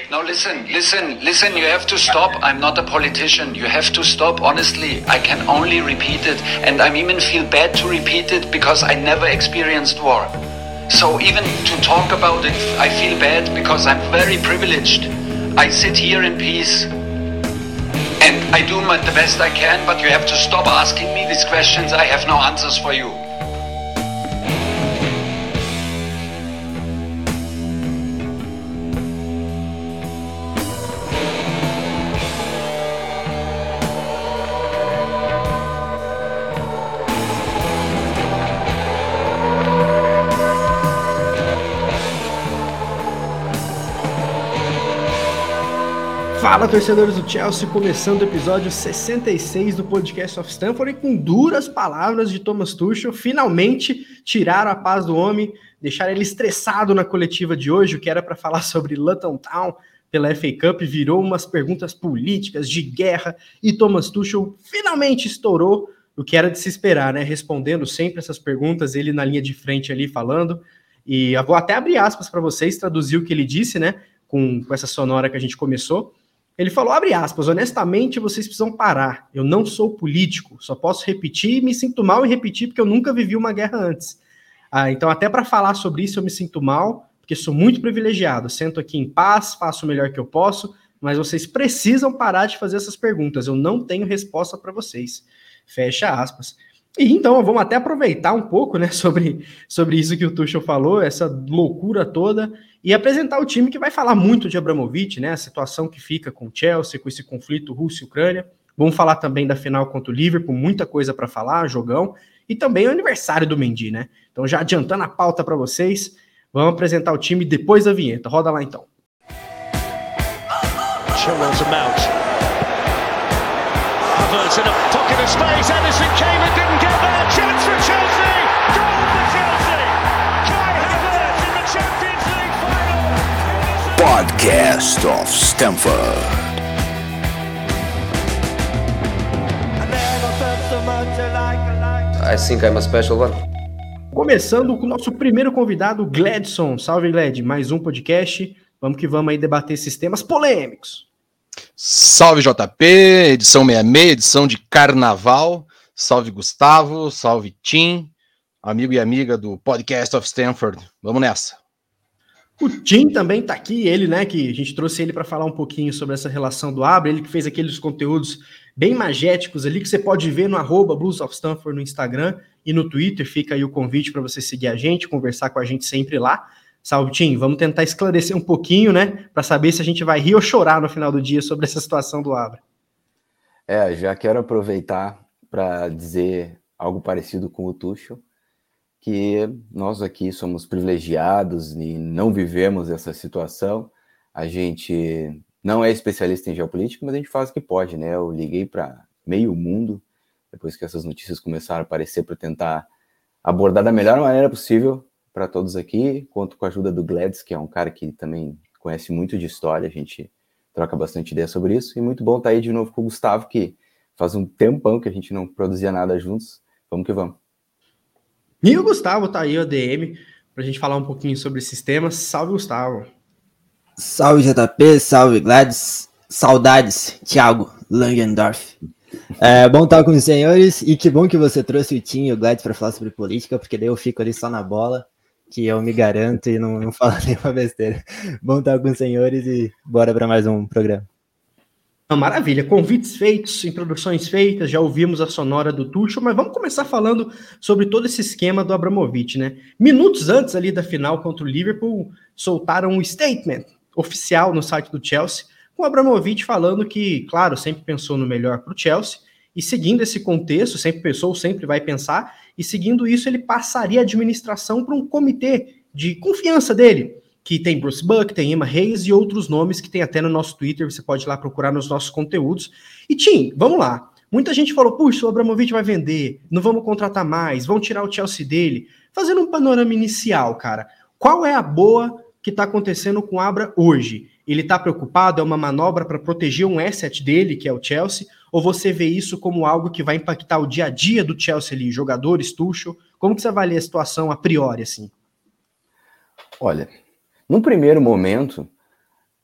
No, listen, you have to stop. I'm not a politician. You have to stop, honestly. I can only repeat it, and I even feel bad to repeat it because I never experienced war. So even to talk about it, I feel bad because I'm very privileged. I sit here in peace, and I do the best I can, but you have to stop asking me these questions. I have no answers for you. Fala, torcedores do Chelsea, começando o episódio 66 do Podcast of Stamford e com duras palavras de Thomas Tuchel, finalmente tiraram a paz do homem, deixaram ele estressado na coletiva de hoje, o que era para falar sobre Luton Town pela FA Cup, virou umas perguntas políticas de guerra e Thomas Tuchel finalmente estourou o que era de se esperar, né? Respondendo sempre essas perguntas, ele na linha de frente ali falando, e eu vou até abrir aspas para vocês, traduzir o que ele disse, né? Com essa sonora que a gente começou. Ele falou, abre aspas, honestamente vocês precisam parar, eu não sou político, só posso repetir, me sinto mal em repetir porque eu nunca vivi uma guerra antes. Então até para falar sobre isso eu me sinto mal, porque sou muito privilegiado, sento aqui em paz, faço o melhor que eu posso, mas vocês precisam parar de fazer essas perguntas, eu não tenho resposta para vocês. Fecha aspas. E então vamos até aproveitar um pouco, né, sobre isso que o Tuchel falou, essa loucura toda, e apresentar o time que vai falar muito de Abramovich, né, a situação que fica com o Chelsea, com esse conflito Rússia e Ucrânia. Vamos falar também da final contra o Liverpool, muita coisa para falar, jogão, e também o aniversário do Mendy, né? Então já adiantando a pauta para vocês, vamos apresentar o time depois da vinheta. Roda lá então. Chilwell to Mount. Havertz in a pocket of space. Anderson came and didn't get there. Chance for Chelsea. Goal for Chelsea. Kai Havertz in the Champions League final. Podcast of Stamford. I think I'm a special one. Começando com o nosso primeiro convidado, Gladson. Salve, Glad. Mais um podcast. Vamos que vamos aí debater esses temas polêmicos. Salve JP, edição 66, edição de carnaval. Salve Gustavo, salve Tim, amigo e amiga do Podcast of Stamford. Vamos nessa. O Tim também tá aqui, ele, né, que a gente trouxe ele para falar um pouquinho sobre essa relação do Abra, ele que fez aqueles conteúdos bem magéticos ali, que você pode ver no @BluesofStamford no Instagram e no Twitter. Fica aí o convite para você seguir a gente, conversar com a gente sempre lá. Salve, Tim. Vamos tentar esclarecer um pouquinho, né, para saber se a gente vai rir ou chorar no final do dia sobre essa situação do Abra. Já quero aproveitar para dizer algo parecido com o Tuchel, que nós aqui somos privilegiados e não vivemos essa situação. A gente não é especialista em geopolítica, mas a gente faz o que pode, né? Eu liguei para meio mundo, depois que essas notícias começaram a aparecer, para tentar abordar da melhor maneira possível para todos aqui. Conto com a ajuda do Gladys, que é um cara que também conhece muito de história, a gente troca bastante ideia sobre isso, e muito bom estar aí de novo com o Gustavo, que faz um tempão que a gente não produzia nada juntos. Vamos que vamos. E o Gustavo tá aí, o ADM, pra gente falar um pouquinho sobre esses temas. Salve, Gustavo. Salve, JP, salve, Gladys. Saudades, Thiago Langendorf. Bom estar com os senhores, e que bom que você trouxe o Tim e o Gladys para falar sobre política, porque daí eu fico ali só na bola, que eu me garanto e não falo nenhuma besteira. Bom estar com os senhores e bora para mais um programa. Maravilha, convites feitos, introduções feitas, já ouvimos a sonora do Tuchel, mas vamos começar falando sobre todo esse esquema do Abramovich, né? Minutos antes ali da final contra o Liverpool, soltaram um statement oficial no site do Chelsea, com o Abramovich falando que, claro, sempre pensou no melhor para o Chelsea, e seguindo esse contexto, sempre pensou, sempre vai pensar, e seguindo isso ele passaria a administração para um comitê de confiança dele, que tem Bruce Buck, tem Emma Hayes e outros nomes que tem até no nosso Twitter, você pode ir lá procurar nos nossos conteúdos. E Tim, vamos lá. Muita gente falou, puxa, o Abramovich vai vender, não vamos contratar mais, vão tirar o Chelsea dele. Fazendo um panorama inicial, cara, qual é a boa que está acontecendo com o Abra hoje? Ele está preocupado? É uma manobra para proteger um asset dele, que é o Chelsea? Ou você vê isso como algo que vai impactar o dia a dia do Chelsea ali, jogadores, Tuchel? Como que você avalia a situação a priori, assim? Olha, num primeiro momento,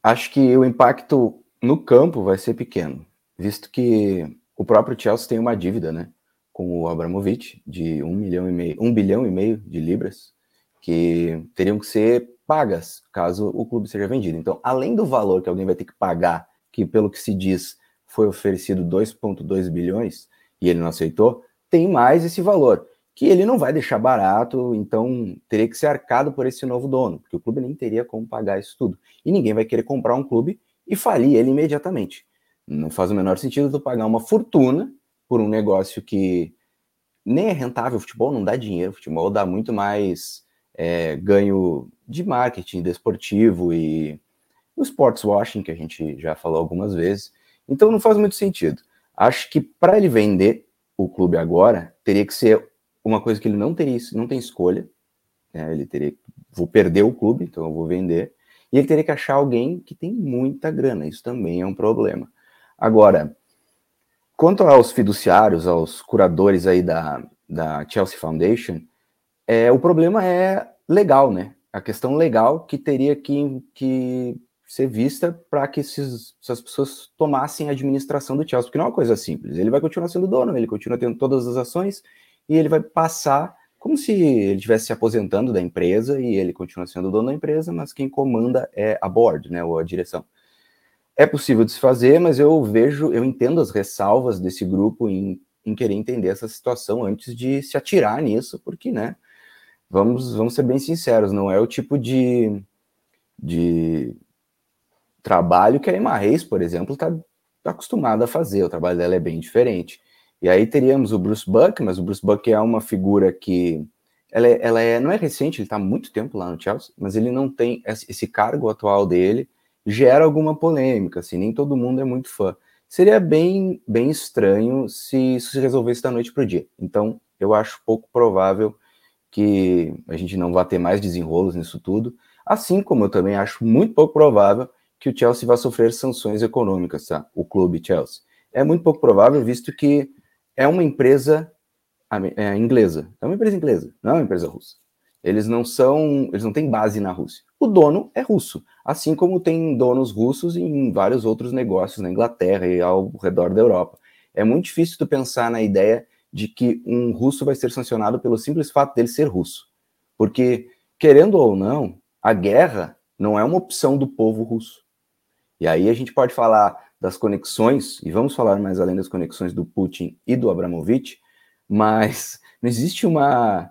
Acho que o impacto no campo vai ser pequeno, visto que o próprio Chelsea tem uma dívida, né, com o Abramovich de 1,5 bilhão de libras, que teriam que ser pagas caso o clube seja vendido. Então, além do valor que alguém vai ter que pagar, que pelo que se diz foi oferecido 2,2 bilhões e ele não aceitou, tem mais esse valor, que ele não vai deixar barato, então teria que ser arcado por esse novo dono, porque o clube nem teria como pagar isso tudo. E ninguém vai querer comprar um clube e falir ele imediatamente. Não faz o menor sentido tu pagar uma fortuna por um negócio que nem é rentável. O futebol não dá dinheiro, o futebol dá muito mais ganho de marketing desportivo e o sports washing, que a gente já falou algumas vezes. Então não faz muito sentido. Acho que para ele vender o clube agora, teria que ser uma coisa que ele não tem escolha. Ele teria, vou perder o clube, então eu vou vender. E ele teria que achar alguém que tem muita grana. Isso também é um problema. Agora, quanto aos fiduciários, aos curadores aí da Chelsea Foundation, o problema é legal, né? A questão legal que teria que ser vista para que essas pessoas tomassem a administração do Chelsea, porque não é uma coisa simples. Ele vai continuar sendo dono, ele continua tendo todas as ações e ele vai passar como se ele estivesse se aposentando da empresa e ele continua sendo dono da empresa, mas quem comanda é a board, né, ou a direção. É possível de se fazer, mas eu entendo as ressalvas desse grupo em querer entender essa situação antes de se atirar nisso, porque, né, vamos ser bem sinceros, não é o tipo de trabalho que a Emma Reis, por exemplo, está acostumada a fazer. O trabalho dela é bem diferente. E aí teríamos o Bruce Buck, mas o Bruce Buck é uma figura que não é recente, ele está há muito tempo lá no Chelsea, mas ele não tem esse cargo atual dele, gera alguma polêmica, assim, nem todo mundo é muito fã. Seria bem, bem estranho se isso se resolvesse da noite para o dia. Então, eu acho pouco provável que a gente não vá ter mais desenrolos nisso tudo, assim como eu também acho muito pouco provável que o Chelsea vá sofrer sanções econômicas, tá? O clube Chelsea. É muito pouco provável, visto que é uma empresa inglesa. É uma empresa inglesa, não é uma empresa russa. Eles não têm base na Rússia. O dono é russo, assim como tem donos russos em vários outros negócios na Inglaterra e ao redor da Europa. É muito difícil tu pensar na ideia de que um russo vai ser sancionado pelo simples fato dele ser russo. Porque, querendo ou não, a guerra não é uma opção do povo russo. E aí a gente pode falar das conexões, e vamos falar mais além das conexões do Putin e do Abramovich, mas não existe uma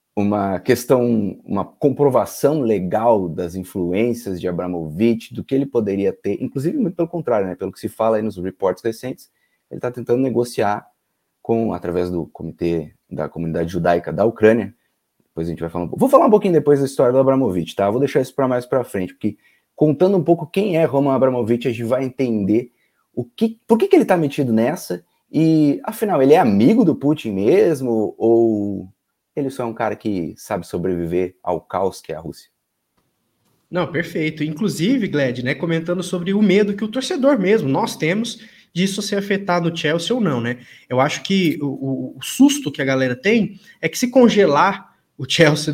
questão, uma comprovação legal das influências de Abramovich, do que ele poderia ter, inclusive muito pelo contrário, né, pelo que se fala aí nos reportes recentes, ele está tentando negociar através do comitê da comunidade judaica da Ucrânia. Depois a gente vai falar vou falar um pouquinho depois da história do Abramovich, tá? Vou deixar isso para mais para frente, porque contando um pouco quem é Roman Abramovich, a gente vai entender por que ele está metido nessa, e afinal, ele é amigo do Putin mesmo, ou ele só é um cara que sabe sobreviver ao caos que é a Rússia? Não, perfeito. Inclusive, Gled, né, comentando sobre o medo que o torcedor mesmo, nós temos disso ser afetado no Chelsea ou não, né? Eu acho que o susto que a galera tem é que se congelar o Chelsea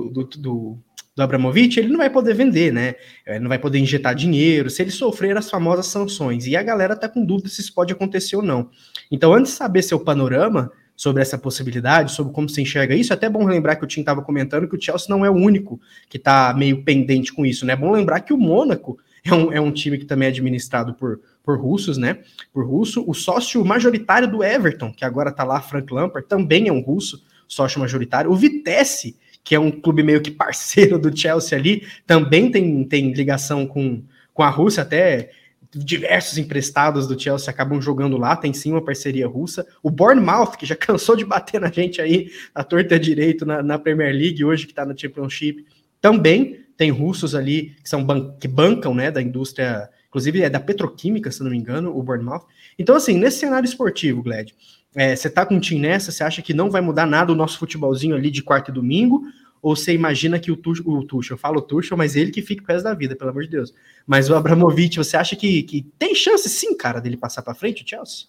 do Abramovich, ele não vai poder vender, né? Ele não vai poder injetar dinheiro, se ele sofrer as famosas sanções. E a galera tá com dúvida se isso pode acontecer ou não. Então, antes de saber seu panorama sobre essa possibilidade, sobre como se enxerga isso, é até bom lembrar que o Tim estava comentando que o Chelsea não é o único que está meio pendente com isso, né? É bom lembrar que o Mônaco é um time que também é administrado por russos, né? Por russo. O sócio majoritário do Everton, que agora está lá, Frank Lampard, também é um russo, sócio majoritário. O Vitesse, que é um clube meio que parceiro do Chelsea ali, também tem ligação com a Rússia, até diversos emprestados do Chelsea acabam jogando lá, tem sim uma parceria russa. O Bournemouth, que já cansou de bater na gente aí, à torta direito na Premier League, hoje que está na Championship, também tem russos ali que bancam, né, da indústria, inclusive é da petroquímica, se não me engano, o Bournemouth. Então, assim, nesse cenário esportivo, Gled, você tá com um time nessa, você acha que não vai mudar nada o nosso futebolzinho ali de quarta e domingo, ou você imagina que o Tuchel, eu falo Tuchel, mas ele que fica pro resto da vida, pelo amor de Deus. Mas o Abramovich, você acha que tem chance sim, cara, dele passar para frente, o Chelsea?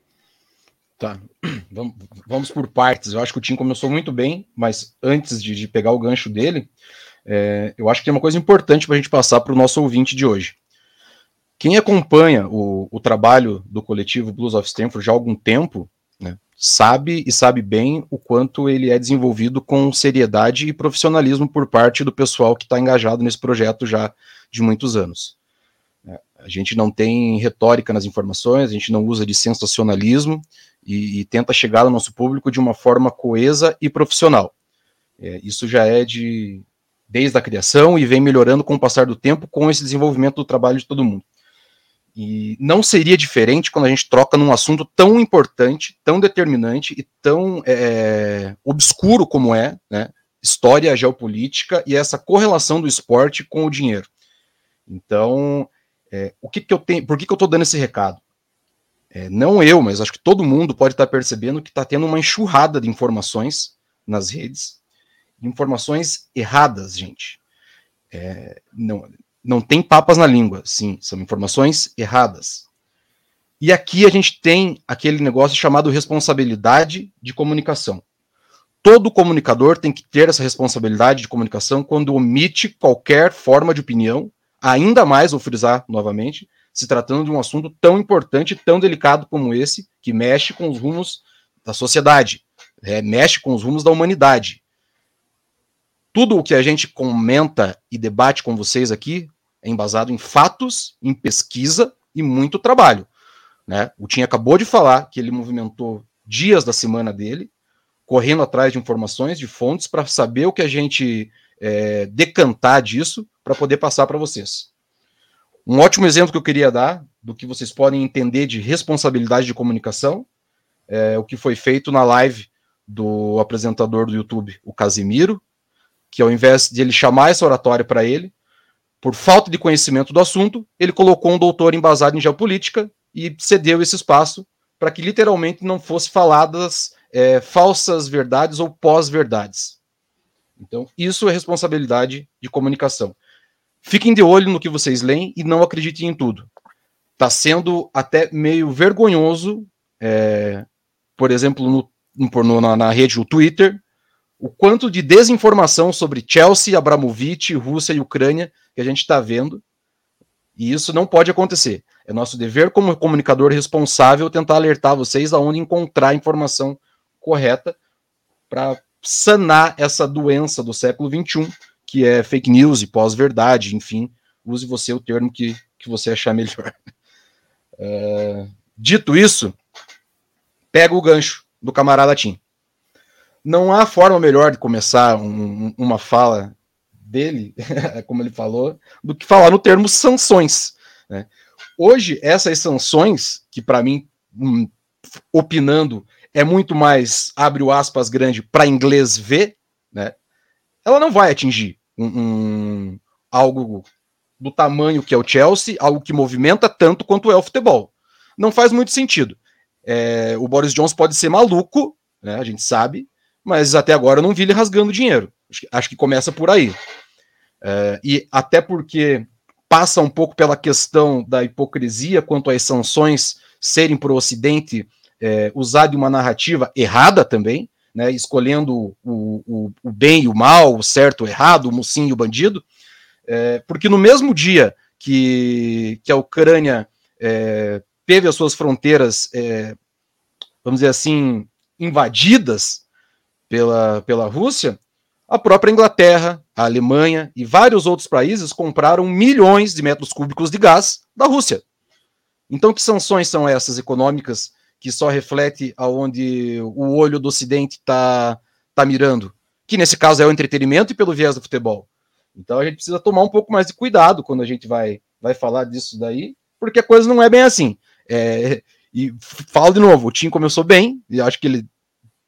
Tá, vamos por partes. Eu acho que o time começou muito bem, mas antes de pegar o gancho dele, eu acho que tem uma coisa importante para a gente passar para o nosso ouvinte de hoje. Quem acompanha o trabalho do coletivo Blues of Stanford já há algum tempo, né, sabe bem o quanto ele é desenvolvido com seriedade e profissionalismo por parte do pessoal que está engajado nesse projeto já de muitos anos. A gente não tem retórica nas informações, a gente não usa de sensacionalismo e tenta chegar ao nosso público de uma forma coesa e profissional. Isso já é desde a criação e vem melhorando com o passar do tempo com esse desenvolvimento do trabalho de todo mundo. E não seria diferente quando a gente troca num assunto tão importante, tão determinante e tão obscuro como né, história, geopolítica e essa correlação do esporte com o dinheiro. Então, por que eu estou dando esse recado? Não eu, mas acho que todo mundo pode estar percebendo que está tendo uma enxurrada de informações nas redes, informações erradas, gente. Não tem papas na língua, sim, são informações erradas. E aqui a gente tem aquele negócio chamado responsabilidade de comunicação. Todo comunicador tem que ter essa responsabilidade de comunicação quando omite qualquer forma de opinião, ainda mais, vou frisar novamente, se tratando de um assunto tão importante, tão delicado como esse, que mexe com os rumos da sociedade, mexe com os rumos da humanidade. Tudo o que a gente comenta e debate com vocês aqui é embasado em fatos, em pesquisa e muito trabalho. Né? O Tim acabou de falar que ele movimentou dias da semana dele, correndo atrás de informações, de fontes, para saber o que a gente decantar disso, para poder passar para vocês. Um ótimo exemplo que eu queria dar, do que vocês podem entender de responsabilidade de comunicação, é o que foi feito na live do apresentador do YouTube, o Casimiro, que ao invés de ele chamar essa oratória para ele, por falta de conhecimento do assunto, ele colocou um doutor embasado em geopolítica e cedeu esse espaço para que literalmente não fosse faladas falsas verdades ou pós-verdades. Então, isso é responsabilidade de comunicação. Fiquem de olho no que vocês leem e não acreditem em tudo. Está sendo até meio vergonhoso, por exemplo, na rede, o Twitter, o quanto de desinformação sobre Chelsea, Abramovich, Rússia e Ucrânia que a gente está vendo, e isso não pode acontecer. É nosso dever como comunicador responsável tentar alertar vocês aonde encontrar a informação correta para sanar essa doença do século XXI, que é fake news e pós-verdade, enfim, use você o termo que você achar melhor. Dito isso, pega o gancho do camarada Tim. Não há forma melhor de começar uma fala dele, como ele falou, do que falar no termo sanções. Né? Hoje, essas sanções, que para mim, opinando, é muito mais, abre o aspas grande, para inglês ver, né? Ela não vai atingir algo do tamanho que é o Chelsea, algo que movimenta tanto quanto é o futebol. Não faz muito sentido. O Boris Johnson pode ser maluco, né? A gente sabe, mas até agora eu não vi ele rasgando dinheiro. Acho que começa por aí. E até porque passa um pouco pela questão da hipocrisia quanto às sanções serem para o Ocidente usar de uma narrativa errada também, né, escolhendo o bem e o mal, o certo e o errado, o mocinho e o bandido, porque no mesmo dia que a Ucrânia teve as suas fronteiras, vamos dizer assim, invadidas pela Rússia, a própria Inglaterra, a Alemanha e vários outros países compraram milhões de metros cúbicos de gás da Rússia. Então, que sanções são essas econômicas que só reflete aonde o olho do Ocidente está mirando? Que nesse caso é o entretenimento e pelo viés do futebol. Então a gente precisa tomar um pouco mais de cuidado quando a gente vai falar disso daí, porque a coisa não é bem assim. E falo de novo, o Tim começou bem, e acho que ele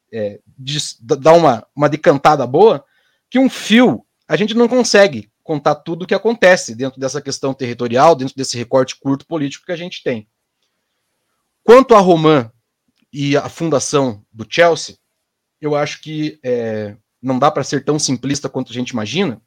dá uma decantada boa, que um fio, a gente não consegue contar tudo o que acontece dentro dessa questão territorial, dentro desse recorte curto político que a gente tem. Quanto a Roman e a fundação do Chelsea, eu acho que não dá para ser tão simplista quanto a gente imagina,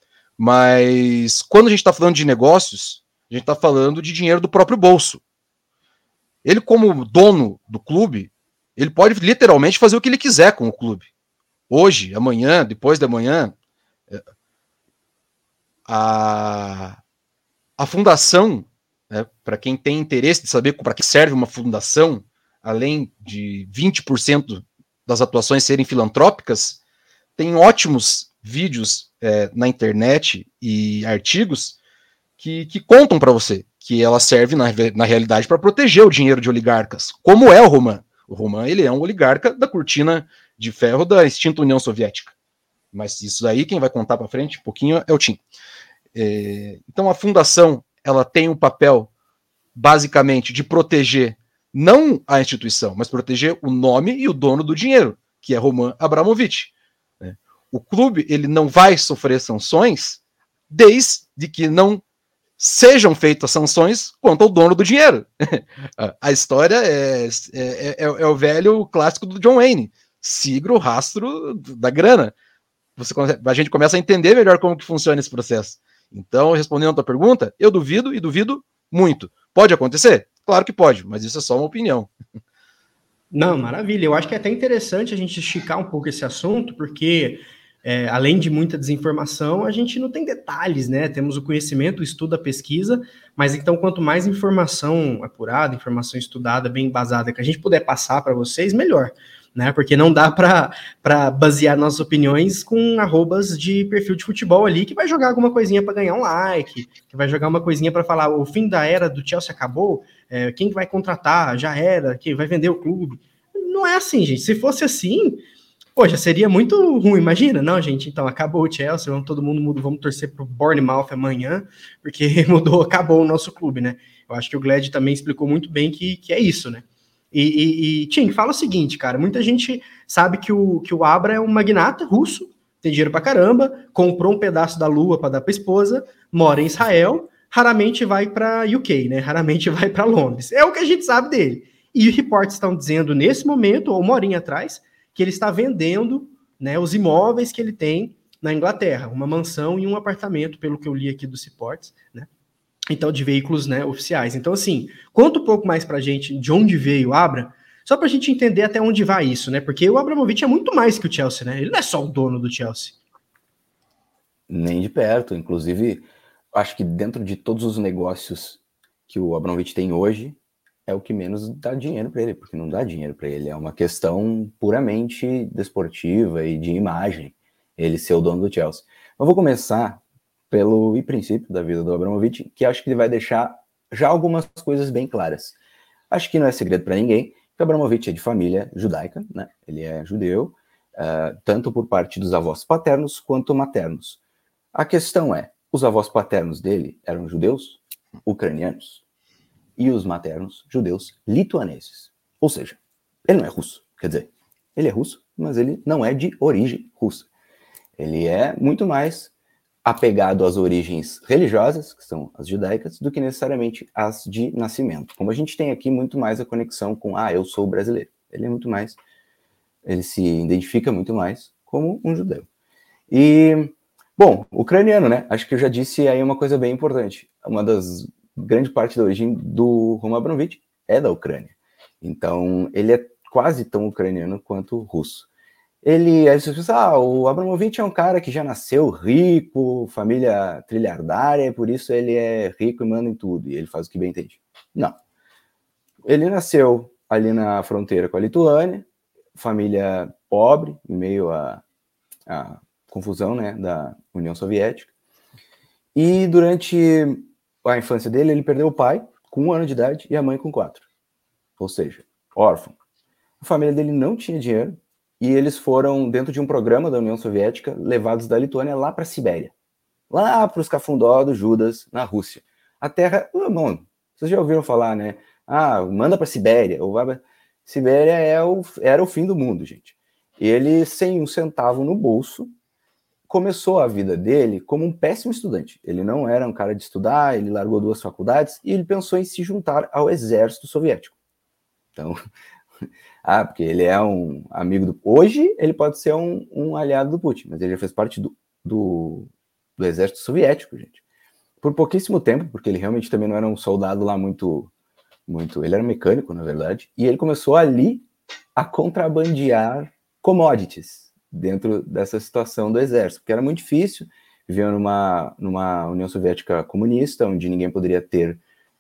mas quando a gente está falando de negócios, a gente está falando de dinheiro do próprio bolso. Ele, como dono do clube, ele pode literalmente fazer o que ele quiser com o clube. Hoje, amanhã, depois de amanhã, a fundação né, para quem tem interesse de saber para que serve uma fundação, além de 20% das atuações serem filantrópicas, tem ótimos vídeos na internet e artigos que contam para você que ela serve, na realidade, para proteger o dinheiro de oligarcas, como é o Roman. O Roman, ele é um oligarca da cortina de ferro da extinta União Soviética. Mas isso aí, quem vai contar para frente um pouquinho é o Tim. Então, a fundação, ela tem um papel, basicamente, de proteger não a instituição, mas proteger o nome e o dono do dinheiro, que é Roman Abramovich. O clube, ele não vai sofrer sanções desde que não sejam feitas sanções quanto ao dono do dinheiro. A história é o velho clássico do John Wayne. Siga o rastro da grana. A gente começa a entender melhor como que funciona esse processo. Então, respondendo a tua pergunta, eu duvido e duvido muito. Pode acontecer? Claro que pode, mas isso é só uma opinião. Não, maravilha. Eu acho que é até interessante a gente esticar um pouco esse assunto, porque além de muita desinformação, a gente não tem detalhes, né? Temos o conhecimento, o estudo, a pesquisa, mas então quanto mais informação apurada, informação estudada, bem embasada, que a gente puder passar para vocês, melhor, né? Porque não dá para basear nossas opiniões com arrobas de perfil de futebol ali, que vai jogar alguma coisinha para ganhar um like, que vai jogar uma coisinha para falar o fim da era do Chelsea acabou, quem que vai contratar, já era, quem vai vender o clube. Não é assim, gente. Se fosse assim, poxa, seria muito ruim, imagina. Não, gente, então acabou o Chelsea, todo mundo vamos torcer pro Bournemouth amanhã, porque acabou o nosso clube, né? Eu acho que o Gled também explicou muito bem que é isso, né? E Tim, fala o seguinte, cara, muita gente sabe que o Abra é um magnata russo, tem dinheiro pra caramba, comprou um pedaço da lua para dar pra esposa, mora em Israel, raramente vai pra UK, né? Raramente vai pra Londres. É o que a gente sabe dele. E os reportes estão dizendo nesse momento, ou uma horinha atrás, que ele está vendendo, né, os imóveis que ele tem na Inglaterra, uma mansão e um apartamento, pelo que eu li aqui dos reportes, né? Então, de veículos, né, oficiais. Então, assim, conta um pouco mais pra gente de onde veio o Abra, só pra gente entender até onde vai isso, né? Porque o Abramovich é muito mais que o Chelsea, né? Ele não é só o dono do Chelsea. Nem de perto. Inclusive, acho que dentro de todos os negócios que o Abramovich tem hoje, é o que menos dá dinheiro para ele, porque não dá dinheiro para ele. É uma questão puramente desportiva e de imagem, ele ser o dono do Chelsea. Eu vou começar pelo princípio da vida do Abramovich, que acho que ele vai deixar já algumas coisas bem claras. Acho que não é segredo para ninguém que o Abramovich é de família judaica, né? Ele é judeu, tanto por parte dos avós paternos quanto maternos. A questão é, os avós paternos dele eram judeus ucranianos e os maternos judeus lituaneses. Ou seja, ele não é russo, quer dizer, ele é russo, mas ele não é de origem russa. Ele é muito mais apegado às origens religiosas, que são as judaicas, do que necessariamente as de nascimento. Como a gente tem aqui muito mais a conexão com, eu sou brasileiro. Ele é muito mais, ele se identifica muito mais como um judeu. E, bom, ucraniano, né? Acho que eu já disse aí uma coisa bem importante. Grande parte da origem do Roman Abramovich é da Ucrânia. Então, ele é quase tão ucraniano quanto russo. Aí você pensa, o Abramovich é um cara que já nasceu rico, família trilhardária, por isso ele é rico e manda em tudo, e ele faz o que bem entende. Não. Ele nasceu ali na fronteira com a Lituânia, família pobre, em meio à confusão, né, da União Soviética. E durante a infância dele, ele perdeu o pai com 1 ano de idade e a mãe com 4. Ou seja, órfão. A família dele não tinha dinheiro, e eles foram, dentro de um programa da União Soviética, levados da Lituânia lá para a Sibéria. Lá para os cafundó do Judas, na Rússia. A terra, bom, vocês já ouviram falar, né? Manda para a Sibéria. Sibéria era o fim do mundo, gente. Ele, sem 1 centavo no bolso, começou a vida dele como um péssimo estudante. Ele não era um cara de estudar, ele largou 2 faculdades e ele pensou em se juntar ao exército soviético. Então... porque ele é um amigo do... Hoje, ele pode ser um aliado do Putin, mas ele já fez parte do exército soviético, gente. Por pouquíssimo tempo, porque ele realmente também não era um soldado lá muito... Ele era mecânico, na verdade, e ele começou ali a contrabandear commodities dentro dessa situação do exército, porque era muito difícil viver numa União Soviética comunista, onde ninguém poderia ter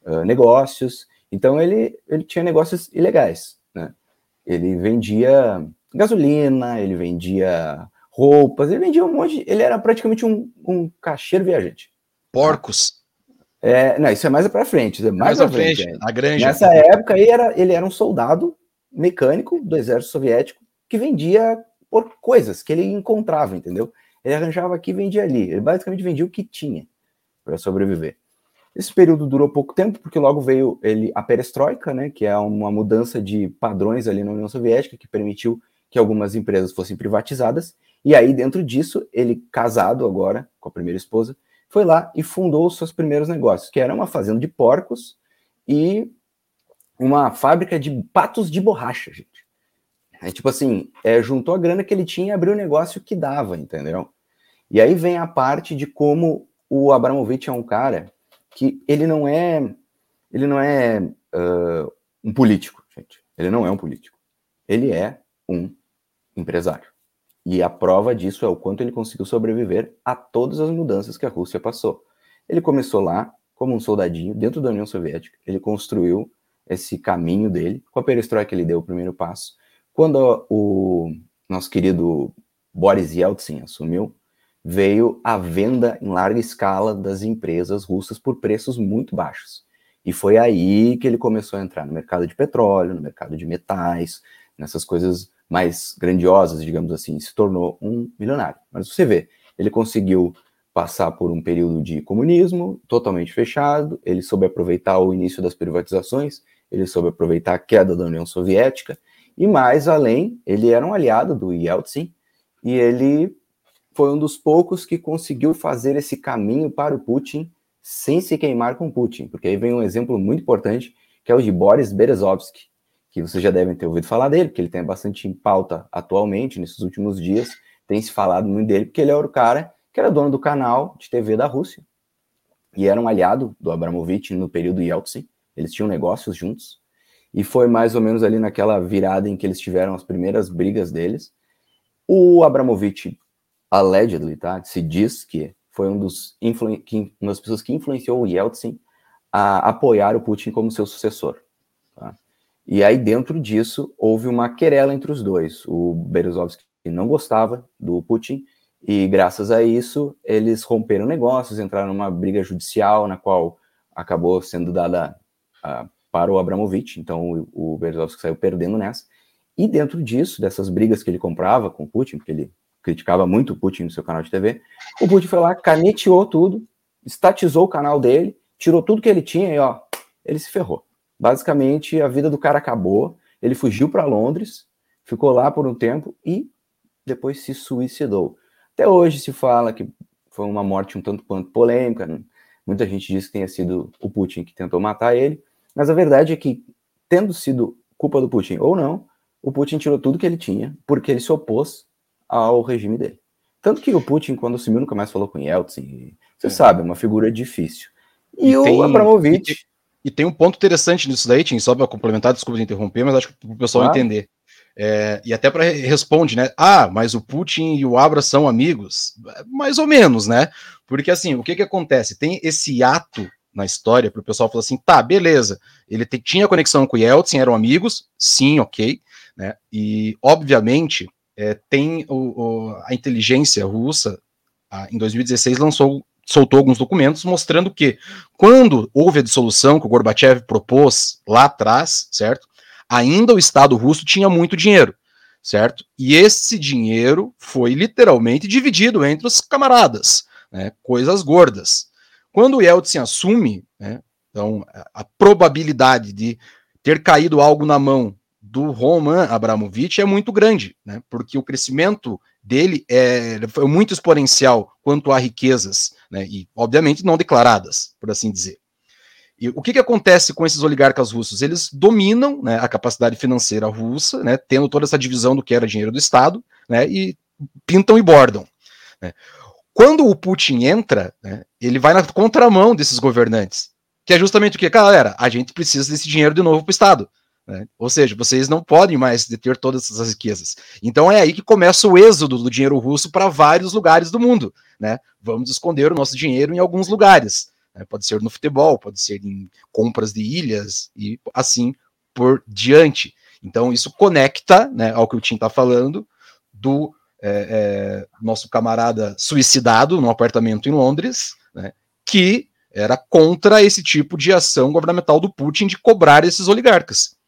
negócios. Então ele tinha negócios ilegais, né? Ele vendia gasolina, ele vendia roupas, ele vendia um monte. Ele era praticamente um caixeiro viajante. Porcos. Não, isso é mais pra frente. É mais pra frente. A granja. Nessa época aí ele era um soldado mecânico do exército soviético que vendia por coisas que ele encontrava, entendeu? Ele arranjava aqui e vendia ali. Ele basicamente vendia o que tinha para sobreviver. Esse período durou pouco tempo, porque logo veio a perestroika, né, que é uma mudança de padrões ali na União Soviética, que permitiu que algumas empresas fossem privatizadas, e aí dentro disso, ele, casado agora com a primeira esposa, foi lá e fundou os seus primeiros negócios, que era uma fazenda de porcos e uma fábrica de patos de borracha, gente. Tipo assim, juntou a grana que ele tinha e abriu um negócio que dava, entendeu? E aí vem a parte de como o Abramovich é um cara que ele não é um político, gente. Ele não é um político. Ele é um empresário. E a prova disso é o quanto ele conseguiu sobreviver a todas as mudanças que a Rússia passou. Ele começou lá como um soldadinho dentro da União Soviética. Ele construiu esse caminho dele. Com a perestroika ele deu o primeiro passo. Quando o nosso querido Boris Yeltsin assumiu, veio a venda em larga escala das empresas russas por preços muito baixos. E foi aí que ele começou a entrar no mercado de petróleo, no mercado de metais, nessas coisas mais grandiosas, digamos assim, se tornou um milionário. Mas você vê, ele conseguiu passar por um período de comunismo totalmente fechado, ele soube aproveitar o início das privatizações, ele soube aproveitar a queda da União Soviética, e mais além, ele era um aliado do Yeltsin, e ele foi um dos poucos que conseguiu fazer esse caminho para o Putin sem se queimar com Putin, porque aí vem um exemplo muito importante, que é o de Boris Berezovsky, que vocês já devem ter ouvido falar dele, porque ele tem bastante em pauta atualmente, nesses últimos dias, tem se falado muito dele, porque ele era o cara que era dono do canal de TV da Rússia, e era um aliado do Abramovich no período Yeltsin, eles tinham negócios juntos, e foi mais ou menos ali naquela virada em que eles tiveram as primeiras brigas deles. O Abramovich, allegedly, tá? Se diz que foi uma das pessoas que influenciou o Yeltsin a apoiar o Putin como seu sucessor. Tá? E aí, dentro disso, houve uma querela entre os dois. O Berezovsky não gostava do Putin, e graças a isso, eles romperam negócios, entraram numa briga judicial, na qual acabou sendo dada para o Abramovich, então o Berezovsky saiu perdendo nessa. E dentro disso, dessas brigas que ele comprava com o Putin, porque ele criticava muito o Putin no seu canal de TV, o Putin foi lá, caneteou tudo, estatizou o canal dele, tirou tudo que ele tinha e, ó, ele se ferrou. Basicamente, a vida do cara acabou, ele fugiu para Londres, ficou lá por um tempo e depois se suicidou. Até hoje se fala que foi uma morte um tanto quanto polêmica, né? Muita gente diz que tenha sido o Putin que tentou matar ele, mas a verdade é que, tendo sido culpa do Putin ou não, o Putin tirou tudo que ele tinha, porque ele se opôs ao regime dele. Tanto que o Putin, quando assumiu, nunca mais falou com Yeltsin. Você sabe, é uma figura difícil. E o Abramovich... E tem um ponto interessante nisso daí, Tim, só para complementar, desculpa de interromper, mas acho que para o pessoal entender. E até para responde, né? Ah, mas o Putin e o Abra são amigos? Mais ou menos, né? Porque assim, o que acontece? Tem esse ato na história para o pessoal falar assim, tá, beleza, ele tinha conexão com o Yeltsin, eram amigos, sim, ok, né? E obviamente tem a inteligência russa, em 2016 soltou alguns documentos mostrando que quando houve a dissolução que o Gorbachev propôs lá atrás, certo? Ainda o Estado russo tinha muito dinheiro, certo? E esse dinheiro foi literalmente dividido entre os camaradas, né? Coisas gordas. Quando o Yeltsin assume, né, então a probabilidade de ter caído algo na mão do Roman Abramovich é muito grande, né, porque o crescimento dele foi muito exponencial quanto a riquezas, né, e obviamente não declaradas, por assim dizer. E o que acontece com esses oligarcas russos? Eles dominam, né, a capacidade financeira russa, né, tendo toda essa divisão do que era dinheiro do Estado, né, e pintam e bordam, né. Quando o Putin entra, né, ele vai na contramão desses governantes, que é justamente o que, galera, a gente precisa desse dinheiro de novo para o Estado. Né? Ou seja, vocês não podem mais deter todas essas riquezas. Então é aí que começa o êxodo do dinheiro russo para vários lugares do mundo. Né? Vamos esconder o nosso dinheiro em alguns lugares. né? Pode ser no futebol, pode ser em compras de ilhas e assim por diante. Então isso conecta, né, ao que o Tim está falando do nosso camarada suicidado num apartamento em Londres, né, que era contra esse tipo de ação governamental do Putin de cobrar esses oligarcas.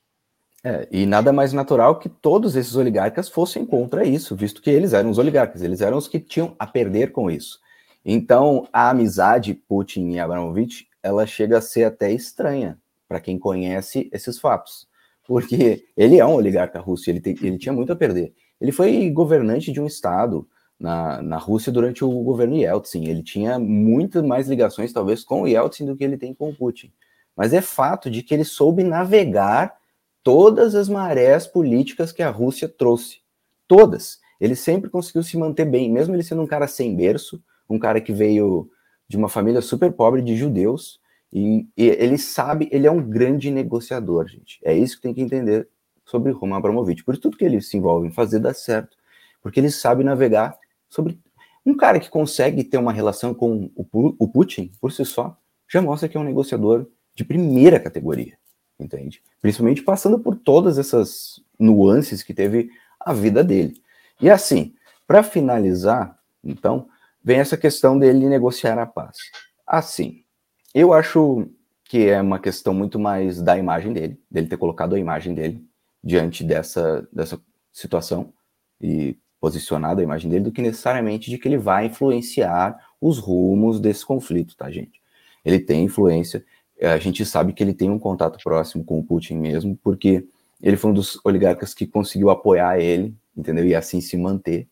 E nada mais natural que todos esses oligarcas fossem contra isso, visto que eles eram os oligarcas, eles eram os que tinham a perder com isso. Então, a amizade Putin e Abramovich, ela chega a ser até estranha para quem conhece esses fatos, porque ele é um oligarca russo, ele tinha muito a perder. Ele foi governante de um estado na Rússia durante o governo Yeltsin. Ele tinha muito mais ligações, talvez, com o Yeltsin do que ele tem com o Putin. Mas é fato de que ele soube navegar todas as marés políticas que a Rússia trouxe. Todas. Ele sempre conseguiu se manter bem, mesmo ele sendo um cara sem berço, um cara que veio de uma família super pobre de judeus, e ele sabe, ele é um grande negociador, gente. É isso que tem que entender sobre Roman Abramovich. Por tudo que ele se envolve em fazer dar certo, porque ele sabe navegar sobre... Um cara que consegue ter uma relação com o Putin, por si só, já mostra que é um negociador de primeira categoria, entende? Principalmente passando por todas essas nuances que teve a vida dele. E assim, para finalizar, então, vem essa questão dele negociar a paz. Assim, eu acho que é uma questão muito mais da imagem dele ter colocado a imagem dele diante dessa situação e posicionado a imagem dele, do que necessariamente de que ele vai influenciar os rumos desse conflito, tá, gente? Ele tem influência, a gente sabe que ele tem um contato próximo com o Putin mesmo, porque ele foi um dos oligarcas que conseguiu apoiar ele, entendeu? E assim se manter.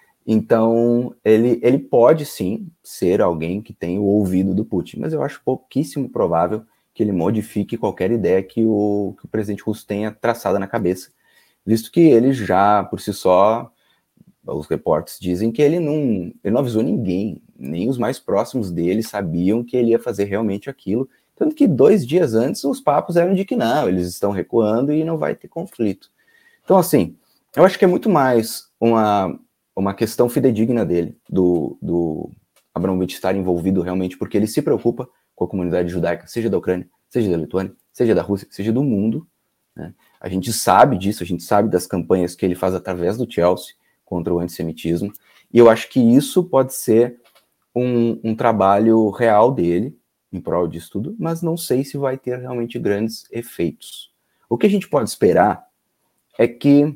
Então, ele pode sim ser alguém que tem o ouvido do Putin, mas eu acho pouquíssimo provável que ele modifique qualquer ideia que o presidente russo tenha traçada na cabeça, visto que ele já, por si só, os reportes dizem que ele não avisou ninguém, nem os mais próximos dele sabiam que ele ia fazer realmente aquilo, tanto que 2 dias antes os papos eram de que não, eles estão recuando e não vai ter conflito. Então, assim, eu acho que é muito mais uma questão fidedigna dele, do Abramovich estar envolvido realmente, porque ele se preocupa com a comunidade judaica, seja da Ucrânia, seja da Lituânia, seja da Rússia, seja do mundo, né? A gente sabe disso, a gente sabe das campanhas que ele faz através do Chelsea contra o antissemitismo, e eu acho que isso pode ser um trabalho real dele, em prol disso tudo, mas não sei se vai ter realmente grandes efeitos. O que a gente pode esperar é que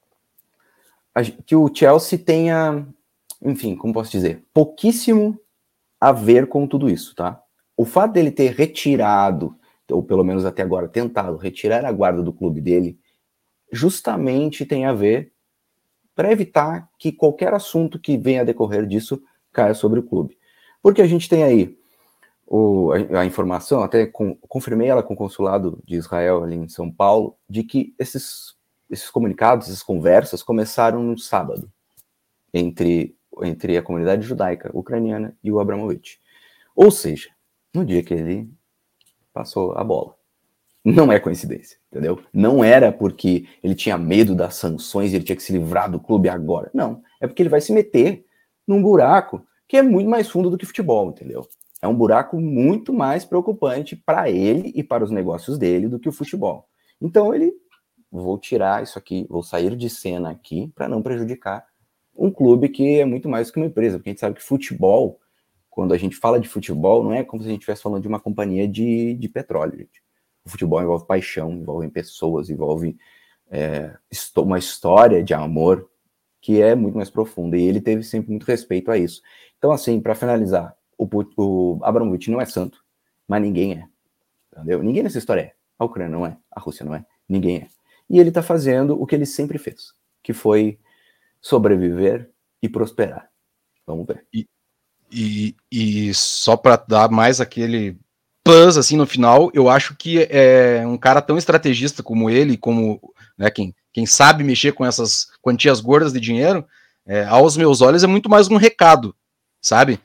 o Chelsea tenha, enfim, como posso dizer, pouquíssimo a ver com tudo isso, tá? O fato dele ter retirado, ou pelo menos até agora tentado retirar a guarda do clube dele, justamente tem a ver para evitar que qualquer assunto que venha a decorrer disso caia sobre o clube. Porque a gente tem aí a informação, até confirmei ela com o consulado de Israel ali em São Paulo, de que esses comunicados, essas conversas começaram no sábado entre a comunidade judaica ucraniana e o Abramovich. Ou seja, no dia que ele passou a bola. Não é coincidência, entendeu? Não era porque ele tinha medo das sanções e ele tinha que se livrar do clube agora. Não, é porque ele vai se meter num buraco que é muito mais fundo do que futebol, entendeu? É um buraco muito mais preocupante para ele e para os negócios dele do que o futebol. Então vou tirar isso aqui, vou sair de cena aqui para não prejudicar um clube que é muito mais do que uma empresa, porque a gente sabe que futebol, quando a gente fala de futebol, não é como se a gente estivesse falando de uma companhia de petróleo, gente. O futebol envolve paixão, envolve pessoas, envolve uma história de amor que é muito mais profunda, e ele teve sempre muito respeito a isso. Então, assim, para finalizar, o Abramovich não é santo, mas ninguém é, entendeu? Ninguém nessa história é. A Ucrânia não é, a Rússia não é, ninguém é. E ele está fazendo o que ele sempre fez, que foi sobreviver e prosperar. Vamos ver. E só para dar mais aquele plus assim no final, eu acho que é um cara tão estrategista como ele, como, né, quem sabe mexer com essas quantias gordas de dinheiro, aos meus olhos é muito mais um recado, sabe?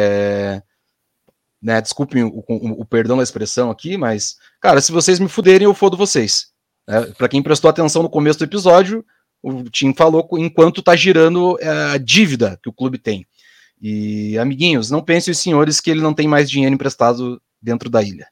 Né, desculpem o perdão da expressão aqui, mas, cara, se vocês me fuderem, eu fodo vocês. Para quem prestou atenção no começo do episódio, o Tim falou enquanto tá girando a dívida que o clube tem. E, amiguinhos, não pensem os senhores que ele não tem mais dinheiro emprestado dentro da ilha.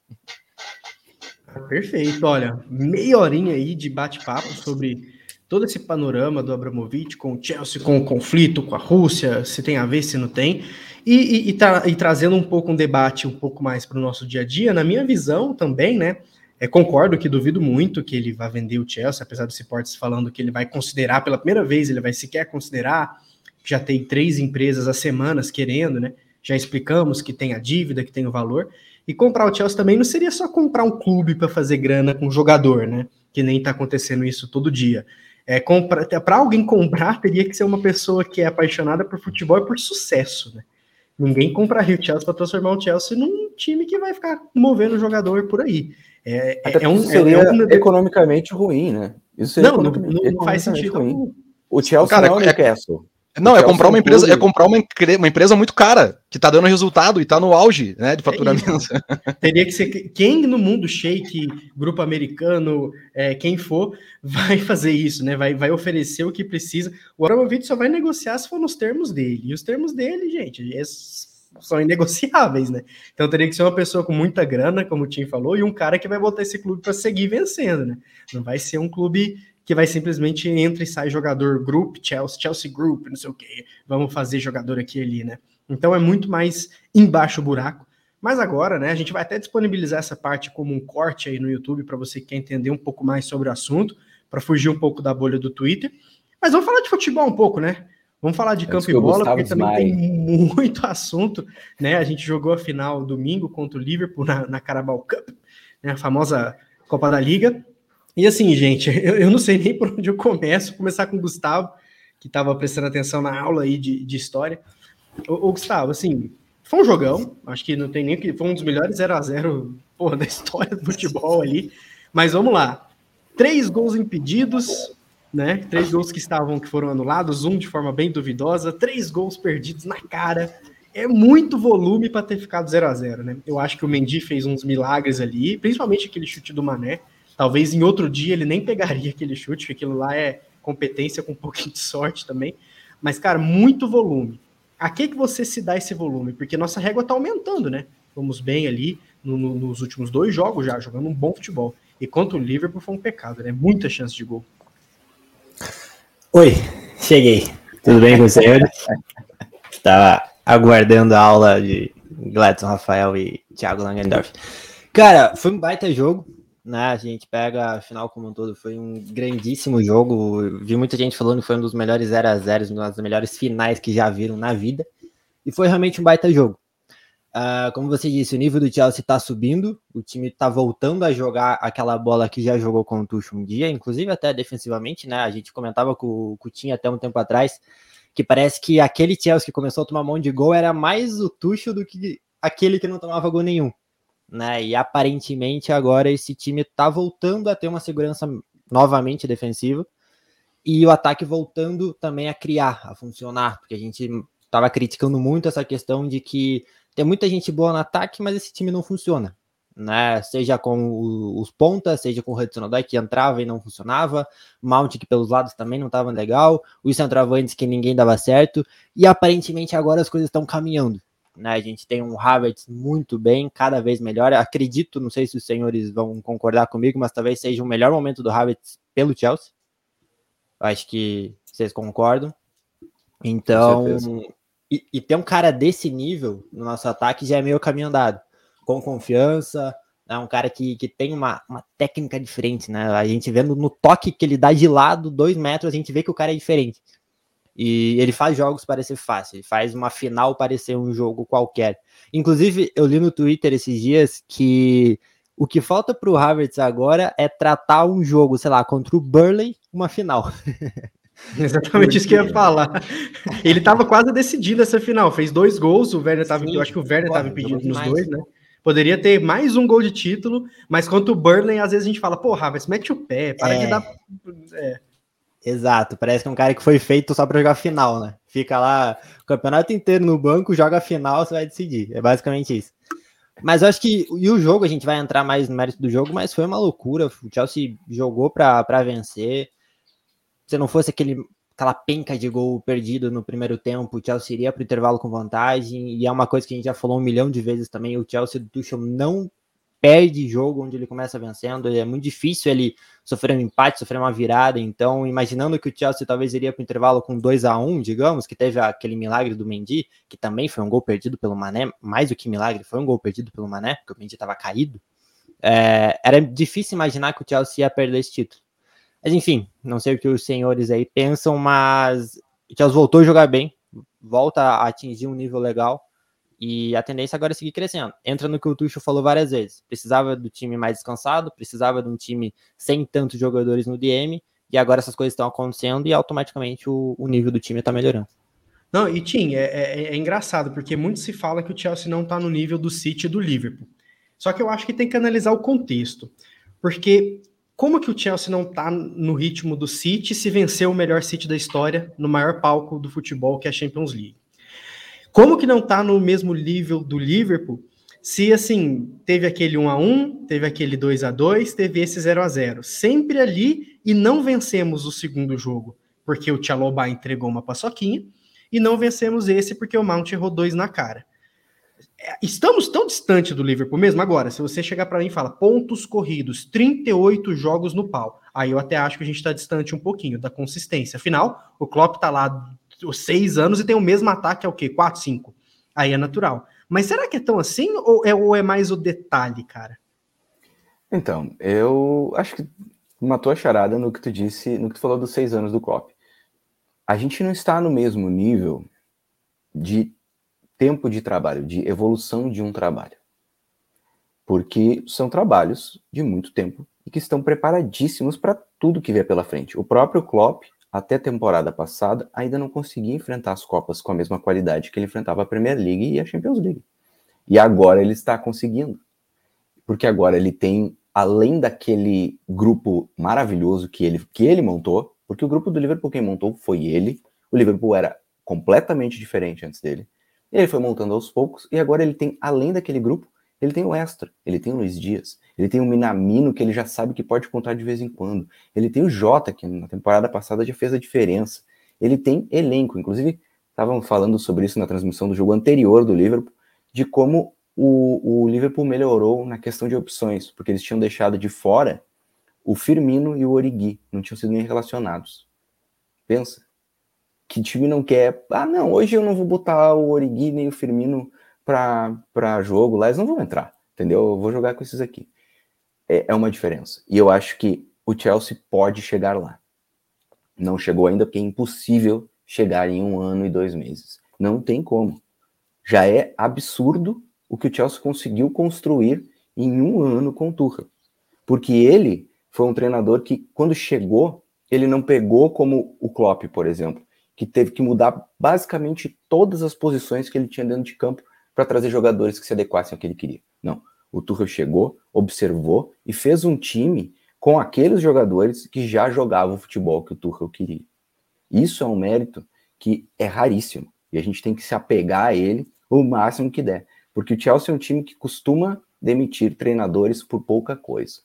Perfeito, olha, meia horinha aí de bate-papo sobre todo esse panorama do Abramovich com o Chelsea, com o conflito com a Rússia, se tem a ver, se não tem, e trazendo um pouco um debate um pouco mais para o nosso dia a dia, na minha visão também, né, concordo que duvido muito que ele vá vender o Chelsea, apesar dos reportes falando que ele vai considerar, pela primeira vez ele vai sequer considerar, já tem 3 empresas há semanas querendo, né, já explicamos que tem a dívida, que tem o valor. E comprar o Chelsea também não seria só comprar um clube para fazer grana com um jogador, né? Que nem tá acontecendo isso todo dia. Para alguém comprar, teria que ser uma pessoa que é apaixonada por futebol e por sucesso, né? Ninguém compraria o Chelsea para transformar o Chelsea num time que vai ficar movendo o jogador por aí. Seria economicamente ruim, né? Isso seria não faz sentido. Ruim. O Chelsea não é o Newcastle. Não, comprar uma empresa muito cara, que tá dando resultado e tá no auge, né, de faturamento. Teria que ser quem no mundo, Sheik, grupo americano, quem for, vai fazer isso, né? Vai oferecer o que precisa. O Abramovich só vai negociar se for nos termos dele. E os termos dele, gente, são inegociáveis, né? Então teria que ser uma pessoa com muita grana, como o Tim falou, e um cara que vai botar esse clube para seguir vencendo, né? Não vai ser um clube que vai simplesmente entra e sai jogador Group, Chelsea Group, não sei o quê, vamos fazer jogador aqui e ali, né? Então é muito mais embaixo o buraco. Mas agora, né, a gente vai até disponibilizar essa parte como um corte aí no YouTube para você que quer entender um pouco mais sobre o assunto, para fugir um pouco da bolha do Twitter. Mas vamos falar de futebol um pouco, né? Vamos falar de campo e bola, porque também tem muito assunto, né? A gente jogou a final domingo contra o Liverpool na Carabao Cup, né, a famosa Copa da Liga. E assim, gente, eu não sei nem por onde eu começo. Vou começar com o Gustavo, que estava prestando atenção na aula aí de história. Ô, Gustavo, assim, foi um jogão. Acho que não tem nem que... Foi um dos melhores 0x0 da história do futebol ali. Mas vamos lá. 3 gols impedidos, né? 3 gols que foram anulados, um de forma bem duvidosa, 3 gols perdidos na cara. É muito volume para ter ficado 0x0, né? Eu acho que o Mendy fez uns milagres ali, principalmente aquele chute do Mané. Talvez em outro dia ele nem pegaria aquele chute, porque aquilo lá é competência com um pouquinho de sorte também. Mas, cara, muito volume. A que você se dá esse volume? Porque nossa régua tá aumentando, né? Vamos bem ali nos últimos 2 jogos já, jogando um bom futebol. E contra o Liverpool foi um pecado, né? Muita chance de gol. Oi, cheguei. Tudo bem com os senhores? Estava aguardando a aula de Gladson Rafael e Thiago Langendorf. Cara, foi um baita jogo. Né, a gente pega a final como um todo, foi um grandíssimo jogo. Eu vi muita gente falando que foi um dos melhores 0x0, uma das melhores finais que já viram na vida, e foi realmente um baita jogo. Como você disse, o nível do Chelsea está subindo, o time está voltando a jogar aquela bola que já jogou com o Tuchel um dia, inclusive até defensivamente, né? A gente comentava com o Tim até um tempo atrás, que parece que aquele Chelsea que começou a tomar mão de gol era mais o Tuchel do que aquele que não tomava gol nenhum. Né, e aparentemente agora esse time tá voltando a ter uma segurança novamente defensiva e o ataque voltando também a criar, a funcionar, porque a gente tava criticando muito essa questão de que tem muita gente boa no ataque, mas esse time não funciona, né, seja com os pontas, seja com o Hudson-Odoi que entrava e não funcionava, Mount que pelos lados também não tava legal, os centroavantes que ninguém dava certo, e aparentemente agora as coisas estão caminhando. Né, a gente tem um Havertz muito bem, cada vez melhor. Acredito, não sei se os senhores vão concordar comigo, mas talvez seja o melhor momento do Havertz pelo Chelsea. Acho que vocês concordam. Então, e ter um cara desse nível no nosso ataque já é meio caminho andado. Com confiança, é um cara que tem uma técnica diferente, né? A gente vendo no toque que ele dá de lado, 2 metros, a gente vê que o cara é diferente. E ele faz jogos parecer fácil, ele faz uma final parecer um jogo qualquer. Inclusive, eu li no Twitter esses dias que o que falta pro Havertz agora é tratar um jogo, sei lá, contra o Burnley, uma final. Exatamente isso que eu ia falar. Ele tava quase decidido essa final, fez 2 gols, o Werner tava, eu acho que o Werner tava impedido nos 2, né? Poderia ter mais um gol de título, mas contra o Burnley, às vezes a gente fala, pô, Havertz, mete o pé, para de dar... Exato, parece que é um cara que foi feito só para jogar final, né? Fica lá o campeonato inteiro no banco, joga a final, você vai decidir. É basicamente isso. Mas eu acho que e o jogo, a gente vai entrar mais no mérito do jogo, mas foi uma loucura. O Chelsea jogou para vencer. Se não fosse aquele aquela penca de gol perdido no primeiro tempo, o Chelsea iria para o intervalo com vantagem, e é uma coisa que a gente já falou 1 milhão de vezes também, o Chelsea do Tuchel não perde jogo onde ele começa vencendo, é muito difícil ele sofrer um empate, sofrer uma virada, então imaginando que o Chelsea talvez iria para o intervalo com 2-1, digamos, que teve aquele milagre do Mendy, que também foi um gol perdido pelo Mané, mais do que milagre, foi um gol perdido pelo Mané, porque o Mendy estava caído, era difícil imaginar que o Chelsea ia perder esse título. Mas enfim, não sei o que os senhores aí pensam, mas o Chelsea voltou a jogar bem, volta a atingir um nível legal, e a tendência agora é seguir crescendo. Entra no que o Tuchel falou várias vezes. Precisava do time mais descansado, precisava de um time sem tantos jogadores no DM, e agora essas coisas estão acontecendo e automaticamente o nível do time está melhorando. Não, e Tim, é engraçado, porque muito se fala que o Chelsea não está no nível do City e do Liverpool. Só que eu acho que tem que analisar o contexto. Porque como que o Chelsea não está no ritmo do City se venceu o melhor City da história no maior palco do futebol, que é a Champions League? Como que não tá no mesmo nível do Liverpool, se, assim, teve aquele 1-1, teve aquele 2-2, teve esse 0-0, sempre ali, e não vencemos o segundo jogo, porque o Chalobah entregou uma paçoquinha, e não vencemos esse porque o Mount errou 2 na cara. Estamos tão distante do Liverpool mesmo? Agora, se você chegar para mim e fala pontos corridos, 38 jogos no pau, aí eu até acho que a gente está distante um pouquinho da consistência. Afinal, o Klopp tá lá os 6 anos e tem o mesmo ataque, é o quê? 4, 5. Aí é natural. Mas será que é tão assim ou é mais o detalhe, cara? Então, eu acho que matou a charada no que tu disse, no que tu falou dos 6 anos do Klopp. A gente não está no mesmo nível de tempo de trabalho, de evolução de um trabalho. Porque são trabalhos de muito tempo e que estão preparadíssimos para tudo que vier pela frente. O próprio Klopp, até a temporada passada, ainda não conseguia enfrentar as Copas com a mesma qualidade que ele enfrentava a Premier League e a Champions League. E agora ele está conseguindo. Porque agora ele tem, além daquele grupo maravilhoso que ele montou, porque o grupo do Liverpool quem montou foi ele, o Liverpool era completamente diferente antes dele, ele foi montando aos poucos, e agora ele tem, além daquele grupo, ele tem o Extra, ele tem o Luiz Dias, ele tem o Minamino, que ele já sabe que pode contar de vez em quando, ele tem o Jota, que na temporada passada já fez a diferença, ele tem elenco, inclusive estavam falando sobre isso na transmissão do jogo anterior do Liverpool, de como o Liverpool melhorou na questão de opções, porque eles tinham deixado de fora o Firmino e o Origi, não tinham sido nem relacionados. Pensa, que time não quer, não, hoje eu não vou botar o Origi nem o Firmino para jogo lá, eles não vão entrar, entendeu? Eu vou jogar com esses aqui. É uma diferença. E eu acho que o Chelsea pode chegar lá. Não chegou ainda porque é impossível chegar em 1 ano e 2 meses. Não tem como. Já é absurdo o que o Chelsea conseguiu construir em 1 ano com o Tuchel. Porque ele foi um treinador que, quando chegou, ele não pegou como o Klopp, por exemplo, que teve que mudar basicamente todas as posições que ele tinha dentro de campo para trazer jogadores que se adequassem ao que ele queria. Não. O Tuchel chegou, observou e fez um time com aqueles jogadores que já jogavam o futebol que o Tuchel queria. Isso é um mérito que é raríssimo. E a gente tem que se apegar a ele o máximo que der. Porque o Chelsea é um time que costuma demitir treinadores por pouca coisa.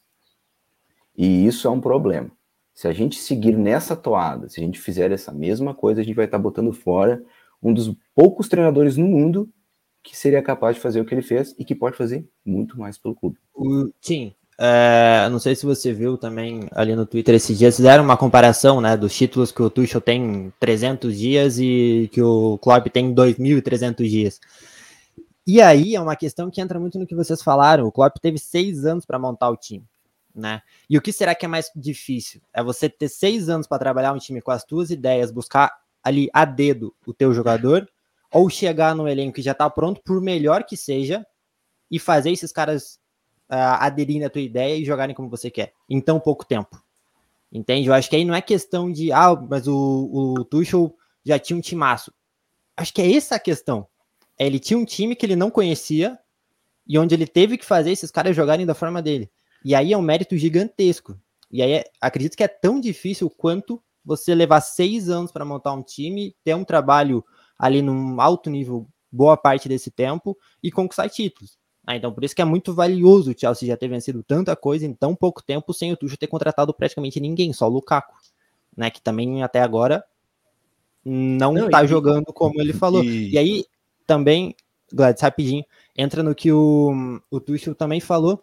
E isso é um problema. Se a gente seguir nessa toada, se a gente fizer essa mesma coisa, a gente vai estar botando fora um dos poucos treinadores no mundo que seria capaz de fazer o que ele fez e que pode fazer muito mais pelo clube. Sim. Não sei se você viu também ali no Twitter esses dias, fizeram uma comparação, né, dos títulos que o Tuchel tem em 300 dias e que o Klopp tem em 2.300 dias. E aí é uma questão que entra muito no que vocês falaram. O Klopp teve 6 anos para montar o time, né? E o que será que é mais difícil? É você ter 6 anos para trabalhar um time com as tuas ideias, buscar ali a dedo o teu jogador, ou chegar no elenco que já está pronto, por melhor que seja, e fazer esses caras aderirem à tua ideia e jogarem como você quer, em tão pouco tempo. Entende? Eu acho que aí não é questão de, mas o Tuchel já tinha um timaço. Acho que é essa a questão. Ele tinha um time que ele não conhecia e onde ele teve que fazer esses caras jogarem da forma dele. E aí é um mérito gigantesco. E aí acredito que é tão difícil quanto você levar 6 anos para montar um time, ter um trabalho ali num alto nível boa parte desse tempo e conquistar títulos. Então por isso que é muito valioso o Chelsea já ter vencido tanta coisa em tão pouco tempo sem o Tuchel ter contratado praticamente ninguém, só o Lukaku, né, que também até agora não tá jogando como ele falou. E aí, também, Gladys, rapidinho, entra no que o Tuchel também falou,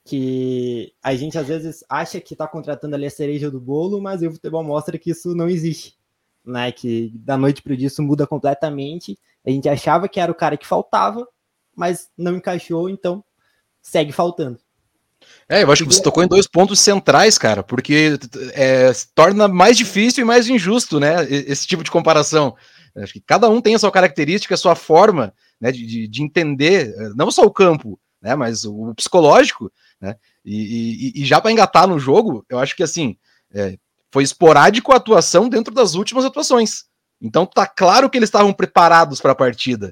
que a gente às vezes acha que tá contratando ali a cereja do bolo, mas o futebol mostra que isso não existe, né? Que da noite pro dia isso muda completamente. A gente achava que era o cara que faltava, mas não encaixou, então segue faltando. Eu acho que você tocou em 2 pontos centrais, cara, porque torna mais difícil e mais injusto, né, esse tipo de comparação. Acho que cada um tem a sua característica, a sua forma, né, de entender, não só o campo, né, mas o psicológico, né, e já para engatar no jogo, eu acho que, assim, foi esporádico a atuação dentro das últimas atuações. Então tá claro que eles estavam preparados para a partida,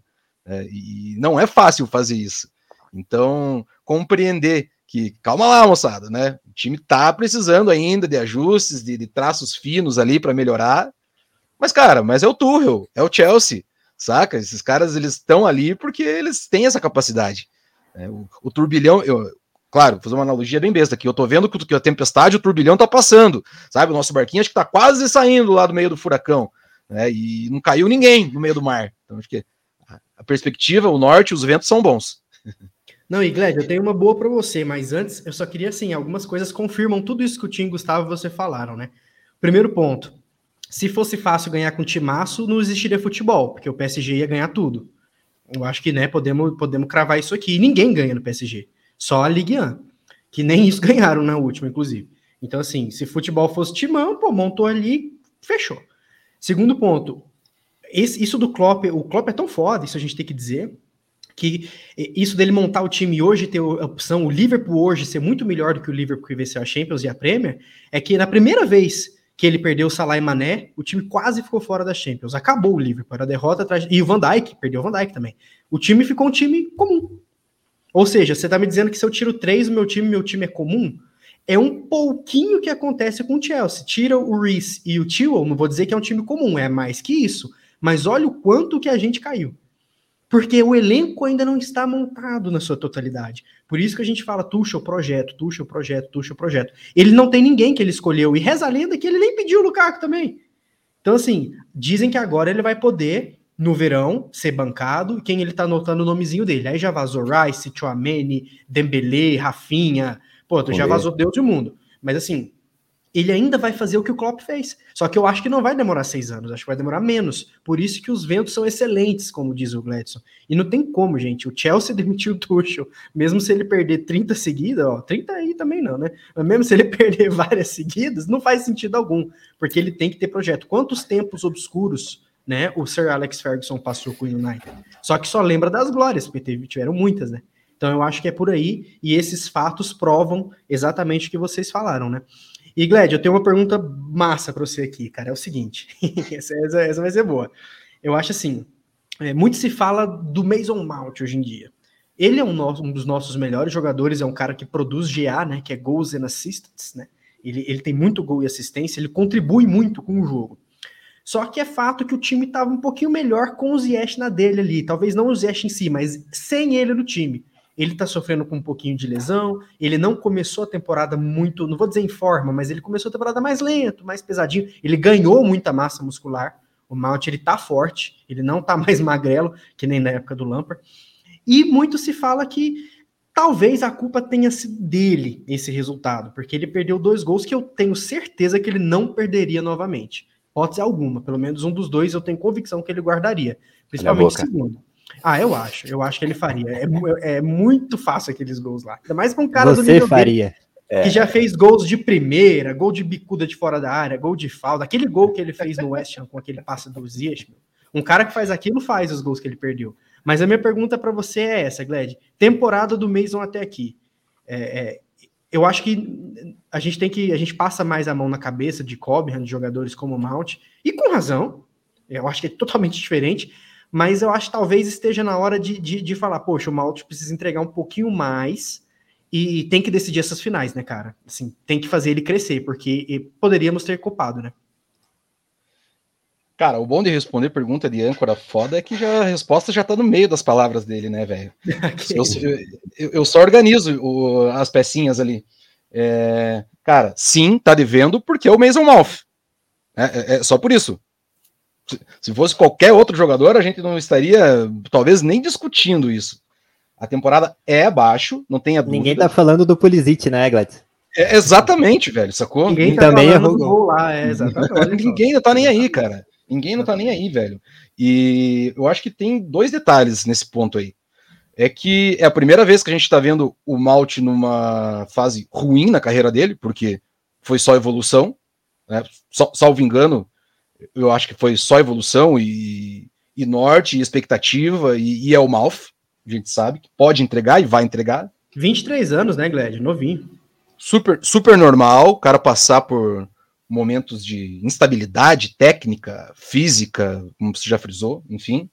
e não é fácil fazer isso. Então, compreender que, calma lá, moçada, né? O time tá precisando ainda de ajustes, de traços finos ali para melhorar. Mas, cara, é o Tuchel, é o Chelsea, saca? Esses caras, eles estão ali porque eles têm essa capacidade. O turbilhão, claro, vou fazer uma analogia bem besta aqui. Eu tô vendo que a tempestade, o turbilhão tá passando, sabe? O nosso barquinho acho que tá quase saindo lá do meio do furacão, né? E não caiu ninguém no meio do mar. Então, acho que a perspectiva, o norte, os ventos são bons. Não, e Gled, eu tenho uma boa para você, mas antes eu só queria, assim, algumas coisas confirmam tudo isso que o Tim, Gustavo e você falaram, né? Primeiro ponto, se fosse fácil ganhar com timaço, não existiria futebol, porque o PSG ia ganhar tudo. Eu acho que, né, podemos cravar isso aqui. E ninguém ganha no PSG, só a Ligue 1, que nem isso ganharam na última, inclusive. Então, assim, se futebol fosse timão, pô, montou ali, fechou. Segundo ponto, isso do Klopp, o Klopp é tão foda, isso a gente tem que dizer, que isso dele montar o time hoje, ter a opção, o Liverpool hoje ser muito melhor do que o Liverpool que venceu a Champions e a Premier, é que na primeira vez que ele perdeu o Salah e Mané, o time quase ficou fora da Champions. Acabou o Liverpool, era derrota atrás... E o Van Dijk, perdeu o Van Dijk também. O time ficou um time comum. Ou seja, você tá me dizendo que se eu tiro 3 do meu time é comum? É um pouquinho que acontece com o Chelsea. Tira o Reece e o Chilwell, não vou dizer que é um time comum, é mais que isso. Mas olha o quanto que a gente caiu. Porque o elenco ainda não está montado na sua totalidade. Por isso que a gente fala Tuchel projeto. Ele não tem ninguém que ele escolheu. E reza a lenda que ele nem pediu o Lukaku também. Então, assim, dizem que agora ele vai poder, no verão, ser bancado. E quem ele tá anotando o nomezinho dele. Aí já vazou Rice, Tchouaméni, Dembélé, Rafinha. Pô, já vazou Deus e o mundo. Mas, assim, ele ainda vai fazer o que o Klopp fez. Só que eu acho que não vai demorar 6 anos, acho que vai demorar menos. Por isso que os ventos são excelentes, como diz o Gladson. E não tem como, gente. O Chelsea demitiu o Tuchel. Mesmo se ele perder 30 seguidas, 30 aí também não, né? Mas mesmo se ele perder várias seguidas, não faz sentido algum. Porque ele tem que ter projeto. Quantos tempos obscuros, né, o Sir Alex Ferguson passou com o United? Só que só lembra das glórias, porque tiveram muitas, né? Então eu acho que é por aí. E esses fatos provam exatamente o que vocês falaram, né? E, Gled, eu tenho uma pergunta massa para você aqui, cara. É o seguinte, essa vai ser boa. Eu acho assim, muito se fala do Mason Mount hoje em dia. Ele é um dos nossos melhores jogadores, é um cara que produz GA, né, que é Goals and Assists, né? Ele tem muito gol e assistência, ele contribui muito com o jogo. Só que é fato que o time estava um pouquinho melhor com o Ziyech na dele ali. Talvez não o Ziyech em si, mas sem ele no time. Ele tá sofrendo com um pouquinho de lesão, ele não começou a temporada muito, não vou dizer em forma, mas ele começou a temporada mais lento, mais pesadinho, ele ganhou muita massa muscular, o Mount ele tá forte, ele não tá mais magrelo, que nem na época do Lampard, e muito se fala que talvez a culpa tenha sido dele, esse resultado, porque ele perdeu 2 gols que eu tenho certeza que ele não perderia novamente, hipótese alguma, pelo menos um dos 2 eu tenho convicção que ele guardaria, principalmente o segundo. Eu acho que ele faria. É muito fácil aqueles gols lá. Ainda mais com um cara do nível faria. Dele, que já fez gols de primeira, gol de bicuda de fora da área, gol de falta. Aquele gol que ele fez no West Ham com aquele passe do Ziyech. Um cara que faz aquilo faz os gols que ele perdeu. Mas a minha pergunta para você é essa, Gled. Temporada do Mason até aqui. Eu acho que a gente passa mais a mão na cabeça de Cobham, de jogadores como o Mount, e com razão. Eu acho que é totalmente diferente. Mas eu acho que talvez esteja na hora de falar, poxa, o Mount precisa entregar um pouquinho mais e tem que decidir essas finais, né, cara? Assim, tem que fazer ele crescer, porque poderíamos ter copado, né? Cara, o bom de responder pergunta de âncora foda é que a resposta já tá no meio das palavras dele, né, velho? Eu só organizo as pecinhas ali. Cara, sim, tá devendo porque é o Mason Mount. É só por isso. Se fosse qualquer outro jogador, a gente não estaria, talvez, nem discutindo isso. A temporada é abaixo, não tenha dúvida. Ninguém tá falando do Pulisic, né, Gladys? Exatamente, velho, sacou? Ninguém tá também falando errou do gol lá, exatamente. Ninguém não tá nem aí, cara. Ninguém não tá nem aí, velho. E eu acho que tem 2 detalhes nesse ponto aí. É que é a primeira vez que a gente tá vendo o Malte numa fase ruim na carreira dele, porque foi só evolução, né? Salvo engano, eu acho que foi só evolução e norte, e expectativa, e é o Mouth, a gente sabe que pode entregar e vai entregar. 23 anos, né, Gled? Novinho. Super normal, o cara passar por momentos de instabilidade técnica, física, como você já frisou, enfim.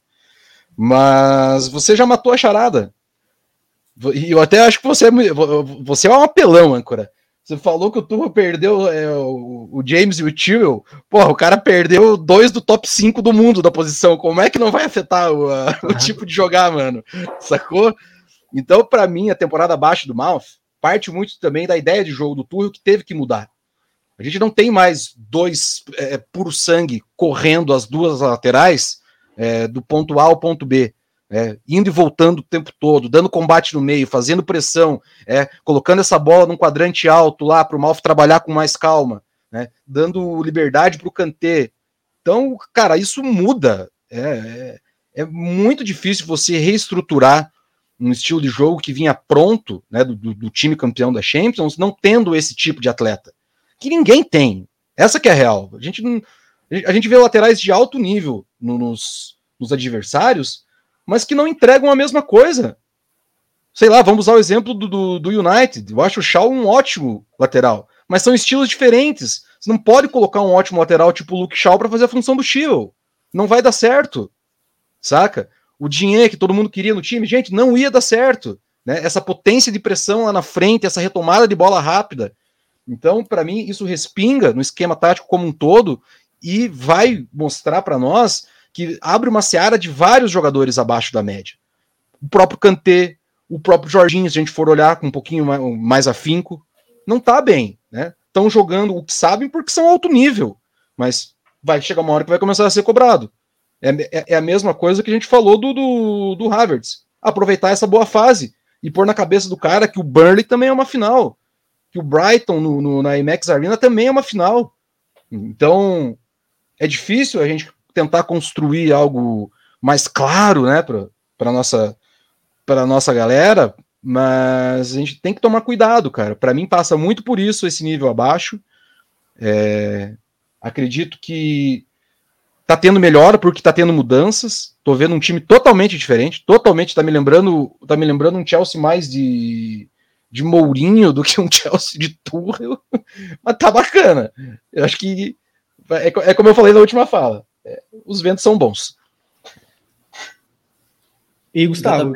Mas você já matou a charada. E eu até acho que você é um apelão, âncora. Você falou que o Tuchel perdeu o James e o Chilwell. Porra, o cara perdeu 2 do top 5 do mundo da posição. Como é que não vai afetar o tipo de jogar, mano? Sacou? Então, pra mim, a temporada abaixo do Mouth parte muito também da ideia de jogo do Tuchel, que teve que mudar. A gente não tem mais 2 puro sangue correndo as 2 laterais do ponto A ao ponto B. Indo e voltando o tempo todo, dando combate no meio, fazendo pressão, colocando essa bola num quadrante alto lá para o Mouth trabalhar com mais calma, dando liberdade para o Kanté. Então, cara, isso muda. É muito difícil você reestruturar um estilo de jogo que vinha pronto, né, do time campeão da Champions, não tendo esse tipo de atleta. Que ninguém tem. Essa que é a real. A gente vê laterais de alto nível nos adversários, mas que não entregam a mesma coisa. Sei lá, vamos usar o exemplo do United. Eu acho o Shaw um ótimo lateral, mas são estilos diferentes. Você não pode colocar um ótimo lateral tipo o Luke Shaw para fazer a função do Chilwell. Não vai dar certo, saca? O dinheiro que todo mundo queria no time, gente, não ia dar certo. Né? Essa potência de pressão lá na frente, essa retomada de bola rápida. Então, para mim, isso respinga no esquema tático como um todo e vai mostrar para nós que abre uma seara de vários jogadores abaixo da média. O próprio Kanté, o próprio Jorginho, se a gente for olhar com um pouquinho mais afinco, não tá bem, né? Estão jogando o que sabem porque são alto nível, mas vai chegar uma hora que vai começar a ser cobrado. É a mesma coisa que a gente falou do Havertz. Aproveitar essa boa fase e pôr na cabeça do cara que o Burnley também é uma final, que o Brighton na Amex Arena também é uma final. Então, é difícil a gente tentar construir algo mais claro, né, para nossa galera, mas a gente tem que tomar cuidado, cara. Para mim passa muito por isso esse nível abaixo. Acredito que tá tendo melhora porque tá tendo mudanças. Tô vendo um time totalmente diferente, tá me lembrando um Chelsea mais de Mourinho do que um Chelsea de Tuchel, mas tá bacana. Eu acho que é como eu falei na última fala. Os ventos são bons. E Gustavo,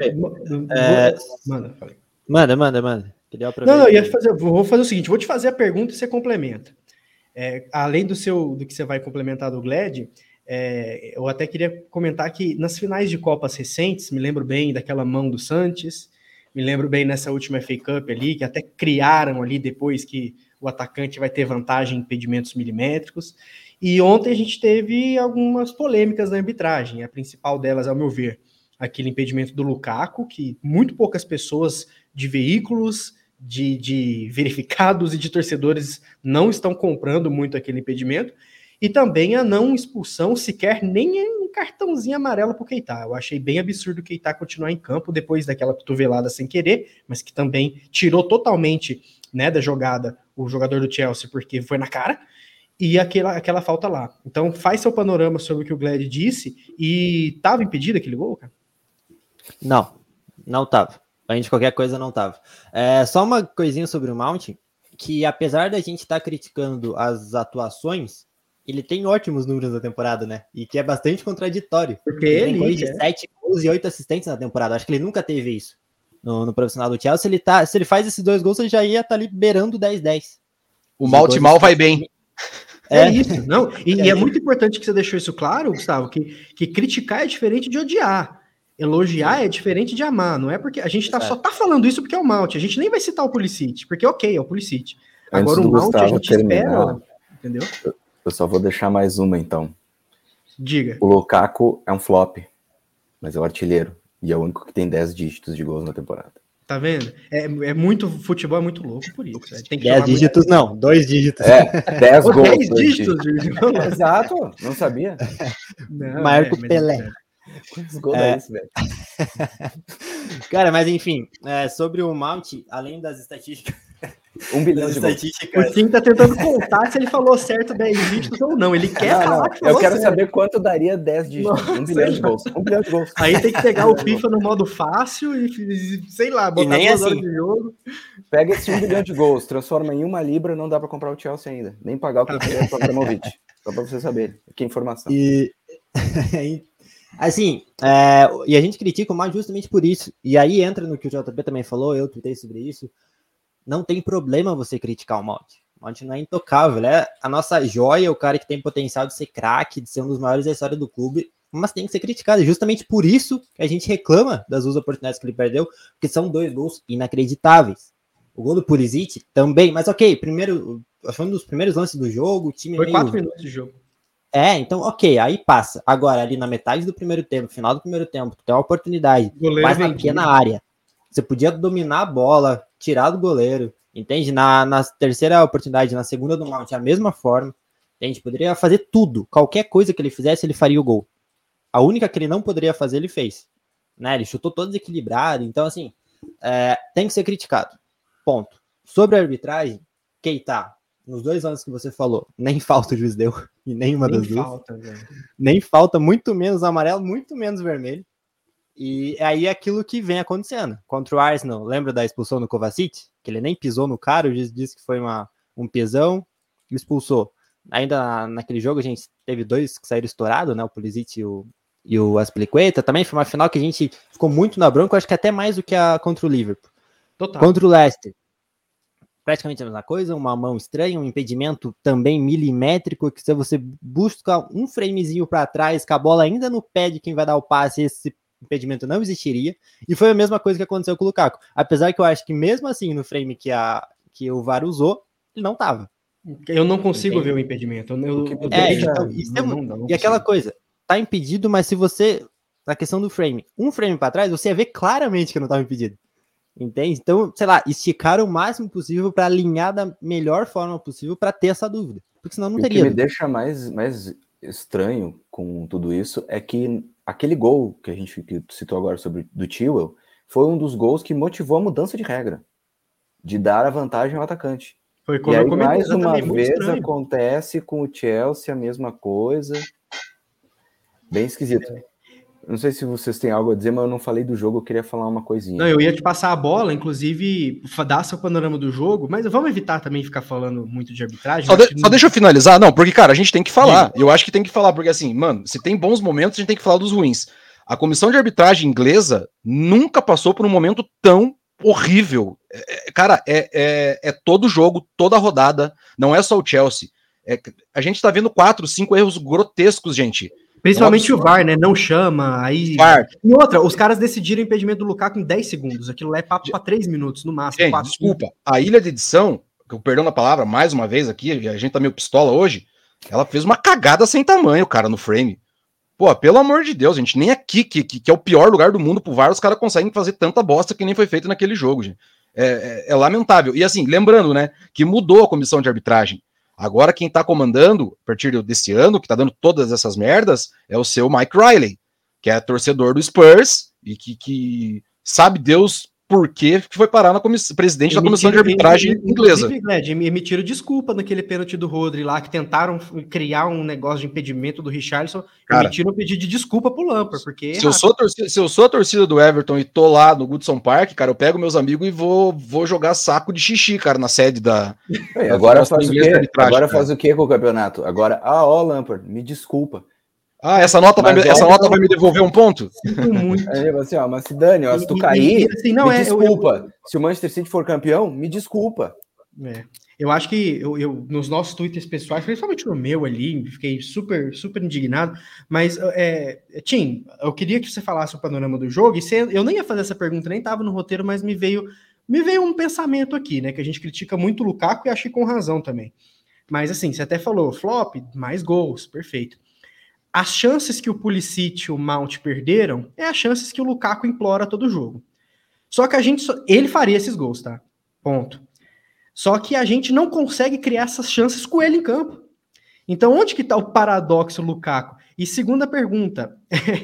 manda. Vou fazer o seguinte, vou te fazer a pergunta e você complementa. Além do que você vai complementar do Gled, eu até queria comentar que nas finais de Copas recentes, me lembro bem daquela mão do Sanches, me lembro bem nessa última FA Cup ali, que até criaram ali depois que o atacante vai ter vantagem em impedimentos milimétricos. E ontem a gente teve algumas polêmicas na arbitragem. A principal delas, ao meu ver, aquele impedimento do Lukaku, que muito poucas pessoas de veículos, de verificados e de torcedores não estão comprando muito aquele impedimento. E também a não expulsão sequer nem um cartãozinho amarelo para o Keita. Eu achei bem absurdo o Keita continuar em campo depois daquela cotovelada sem querer, mas que também tirou totalmente, né, da jogada o jogador do Chelsea, porque foi na cara, e aquela falta lá. Então faz seu panorama sobre o que o Gled disse, e estava impedido aquele gol, cara? Não estava. Antes de qualquer coisa, não estava. Só uma coisinha sobre o Mount, que apesar da gente estar criticando as atuações, ele tem ótimos números na temporada, né? E que é bastante contraditório. Porque ele tem coisa de 7 gols e 8 assistentes na temporada. Acho que ele nunca teve isso no profissional do Chelsea. Se ele faz esses 2 gols, ele já ia estar ali beirando 10-10. O Mal vai bem. Isso, não. E é muito importante que você deixou isso claro, Gustavo, que criticar é diferente de odiar. Elogiar é diferente de amar. Não é porque a gente só tá falando isso porque é o Mount. A gente nem vai citar o Pulisic, porque é o Pulisic. Agora o Mount a gente espera, entendeu? Eu só vou deixar mais uma, então. Diga. O Lukaku é um flop, mas é o artilheiro. E é o único que tem 10 dígitos de gols na temporada. Tá vendo? É muito, futebol é muito louco por isso. Tem que 10 dígitos muito... não, 2 dígitos. 10 Oh, gols. 10 dígitos de gol? Exato, não sabia. Não, Maior que o mas Pelé. Quantos gols é isso, velho? Cara, mas enfim, sobre o Mount, além das estatísticas... 1 bilhão de gols. O Tim tá tentando contar se ele falou certo 10 dígitos ou não. Ele quer falar que falou eu quero certo. saber quanto daria 10 dígitos. Nossa, 1 bilhão de gols. 1 bilhão de gols. Aí tem que pegar o FIFA no modo fácil e sei lá, botar nem 2 assim. horas de jogo. Pega esse 1 bilhão de gols, transforma em 1 libra, não dá pra comprar o Chelsea ainda. Nem pagar o que é para Abramovich. Só pra você saber. Que informação. E assim, e a gente critica o Mount justamente por isso. E aí entra no que o JP também falou, eu tuitei sobre isso. Não tem problema você criticar o Mount. O Mount não é intocável, é a nossa joia, o cara que tem potencial de ser craque, de ser um dos maiores da história do clube, mas tem que ser criticado. Justamente por isso que a gente reclama das 2 oportunidades que ele perdeu, porque são 2 gols inacreditáveis. O gol do Pulisic também, mas ok, primeiro, foi um dos primeiros lances do jogo, o time Foi 4 minutos de jogo. Então, ok, aí passa. Agora, ali na metade do primeiro tempo, final do primeiro tempo, tu tem uma oportunidade, mais na pequena área. Você podia dominar a bola, tirar do goleiro, entende? Na terceira oportunidade, na segunda do Mount, a mesma forma, entende? Poderia fazer tudo. Qualquer coisa que ele fizesse, ele faria o gol. A única que ele não poderia fazer, ele fez. Né? Ele chutou todo desequilibrado. Então, assim, tem que ser criticado. Ponto. Sobre a arbitragem, Keita, nos 2 anos que você falou, nem falta o juiz deu, e nenhuma das duas. Nem falta, muito menos amarelo, muito menos vermelho. E aí é aquilo que vem acontecendo. Contra o Arsenal, lembra da expulsão do Kovacic? Que ele nem pisou no cara, o juiz disse que foi um pisão e expulsou. Ainda naquele jogo a gente teve 2 que saíram estourados, né? O Pulisic e o Azpilicueta. Também foi uma final que a gente ficou muito na bronca, acho que até mais do que a contra o Liverpool. Total. Contra o Leicester, praticamente a mesma coisa, uma mão estranha, um impedimento também milimétrico, que se você busca um framezinho para trás, com a bola ainda no pé de quem vai dar o passe, esse impedimento não existiria, e foi a mesma coisa que aconteceu com o Lukaku, apesar que eu acho que mesmo assim no frame que o VAR usou, ele não tava. Eu não consigo ver o impedimento. E aquela coisa, tá impedido, mas se você, na questão do frame, um frame para trás, você ia ver claramente que não tava impedido, entende? Então, sei lá, esticar o máximo possível para alinhar da melhor forma possível para ter essa dúvida, porque senão não teria. O que me deixa mais estranho com tudo isso é que aquele gol que a gente citou agora sobre do Chilwell foi um dos gols que motivou a mudança de regra, de dar a vantagem ao atacante. Foi como e aí, eu comentei, mais uma vez estranho. acontece com o Chelsea a mesma coisa. Bem esquisito. Não sei se vocês têm algo a dizer, mas eu não falei do jogo, eu queria falar uma coisinha. Não, eu ia te passar a bola, inclusive, dar seu panorama do jogo, mas vamos evitar também ficar falando muito de arbitragem. Só deixa eu finalizar, não, porque, cara, a gente tem que falar. Eu acho que tem que falar, porque assim, mano, se tem bons momentos, a gente tem que falar dos ruins. A comissão de arbitragem inglesa nunca passou por um momento tão horrível. Cara, é todo jogo, toda rodada, não é só o Chelsea. A gente tá vendo 4, 5 erros grotescos, gente. Principalmente o VAR, né? Não chama, aí... VAR. E outra, os caras decidiram o impedimento do Lukaku em 10 segundos. Aquilo lá é papo para 3 minutos, no máximo. Gente, 4, desculpa. 5. A ilha de edição, perdão na palavra, mais uma vez aqui, a gente tá meio pistola hoje, ela fez uma cagada sem tamanho, cara, no frame. Pô, pelo amor de Deus, gente, nem aqui, que é o pior lugar do mundo pro VAR, os caras conseguem fazer tanta bosta que nem foi feito naquele jogo, gente. É lamentável. E assim, lembrando, né, que mudou a comissão de arbitragem. Agora quem tá comandando, a partir desse ano, que tá dando todas essas merdas, é o seu Mike Riley, que é torcedor do Spurs e que sabe Deus por que foi parar na presidente da comissão de arbitragem inglesa. Emitiram desculpa naquele pênalti do Rodri lá, que tentaram criar um negócio de impedimento do Richarlison, emitiram um pedido de desculpa pro Lampard, porque... Se eu sou a torcida do Everton e tô lá no Goodson Park, cara, eu pego meus amigos e vou jogar saco de xixi, cara, na sede da... Agora faz o quê? Agora faz o quê com o campeonato? Agora, Lampard, me desculpa. Essa nota vai me devolver um ponto? Sinto muito. Assim, mas se dane, se tu cair, assim, não, me desculpa. Se o Manchester City for campeão, me desculpa. Eu acho que eu nos nossos twitters pessoais, principalmente no meu ali, fiquei super, super indignado, mas, Tim, eu queria que você falasse o panorama do jogo, e eu nem ia fazer essa pergunta, nem estava no roteiro, mas me veio um pensamento aqui, né, que a gente critica muito o Lukaku e acho que com razão também. Mas assim, você até falou, flop, mais gols, perfeito. as chances que o Pulisic e o Mount perderam é as chances que o Lukaku implora todo jogo. Só que ele faria esses gols, tá? Ponto. Só que a gente não consegue criar essas chances com ele em campo. Então, onde que tá o paradoxo Lukaku? E segunda pergunta,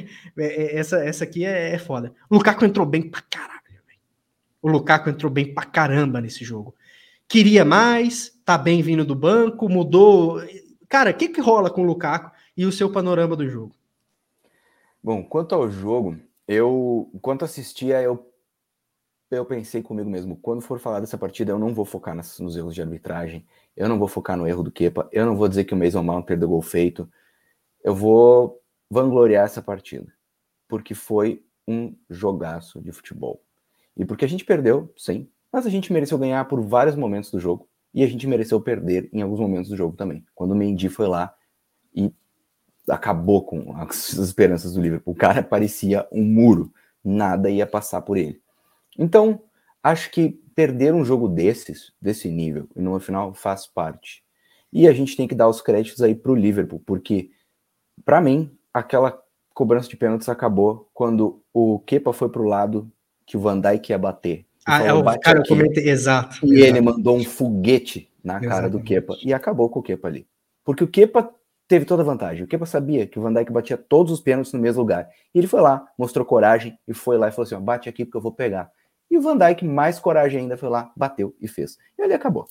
essa aqui é foda. O Lukaku entrou bem pra caralho. O Lukaku entrou bem pra caramba nesse jogo. Queria mais, tá bem vindo do banco, mudou. Cara, o que rola com o Lukaku e o seu panorama do jogo? Bom, quanto ao jogo, enquanto assistia, eu pensei comigo mesmo, quando for falar dessa partida, eu não vou focar nos erros de arbitragem, eu não vou focar no erro do Kepa, eu não vou dizer que o Mason Mount perdeu gol feito, eu vou vangloriar essa partida, porque foi um jogaço de futebol. E porque a gente perdeu, sim, mas a gente mereceu ganhar por vários momentos do jogo, e a gente mereceu perder em alguns momentos do jogo também. Quando o Mendy foi lá e acabou com as esperanças do Liverpool, o cara parecia um muro, nada ia passar por ele. Então, acho que perder um jogo desse nível, e no final faz parte. E a gente tem que dar os créditos aí pro Liverpool, porque, para mim, aquela cobrança de pênaltis acabou quando o Kepa foi pro lado que o Van Dijk ia bater. Cara, eu comentei, exato. E ele mandou um foguete na cara do Kepa, e acabou com o Kepa ali. Porque o Kepa teve toda a vantagem. O Kepa sabia que o Van Dijk batia todos os pênaltis no mesmo lugar. E ele foi lá, mostrou coragem, e foi lá e falou assim, ó, bate aqui porque eu vou pegar. E o Van Dijk, mais coragem ainda, foi lá, bateu e fez. E ali acabou.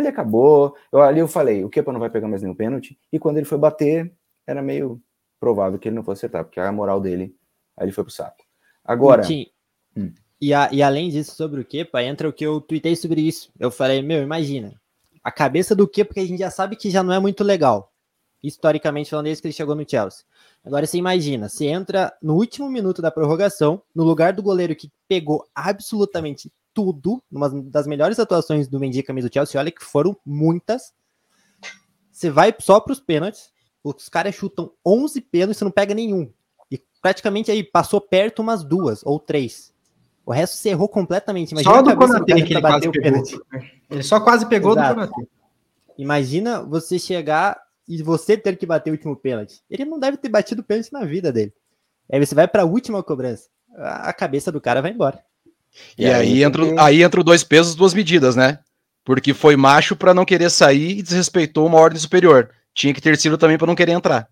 Ali eu falei, o Kepa não vai pegar mais nenhum pênalti. E quando ele foi bater, era meio provável que ele não fosse acertar, porque a moral dele, aí ele foi pro saco. Agora... E além disso, sobre o Kepa, entra o que eu tuitei sobre isso. Eu falei, imagina, a cabeça do Kepa, que a gente já sabe que já não é muito legal. Historicamente falando, desde que ele chegou no Chelsea. Agora você imagina, você entra no último minuto da prorrogação, no lugar do goleiro que pegou absolutamente tudo, numa das melhores atuações do Mendy camisa do Chelsea, olha que foram muitas. Você vai só para os pênaltis, os caras chutam 11 pênaltis, você não pega nenhum. E praticamente aí passou perto umas 2 ou 3. O resto você errou completamente. Imagina só do Konaté que ele quase pegou. Ele só quase pegou. Exato. Do Konaté. Imagina você chegar e você ter que bater o último pênalti. Ele não deve ter batido pênalti na vida dele. Aí você vai para a última cobrança. A cabeça do cara vai embora. E aí entra o 2 pesos, 2 medidas, né? Porque foi macho para não querer sair e desrespeitou uma ordem superior. Tinha que ter sido também para não querer entrar.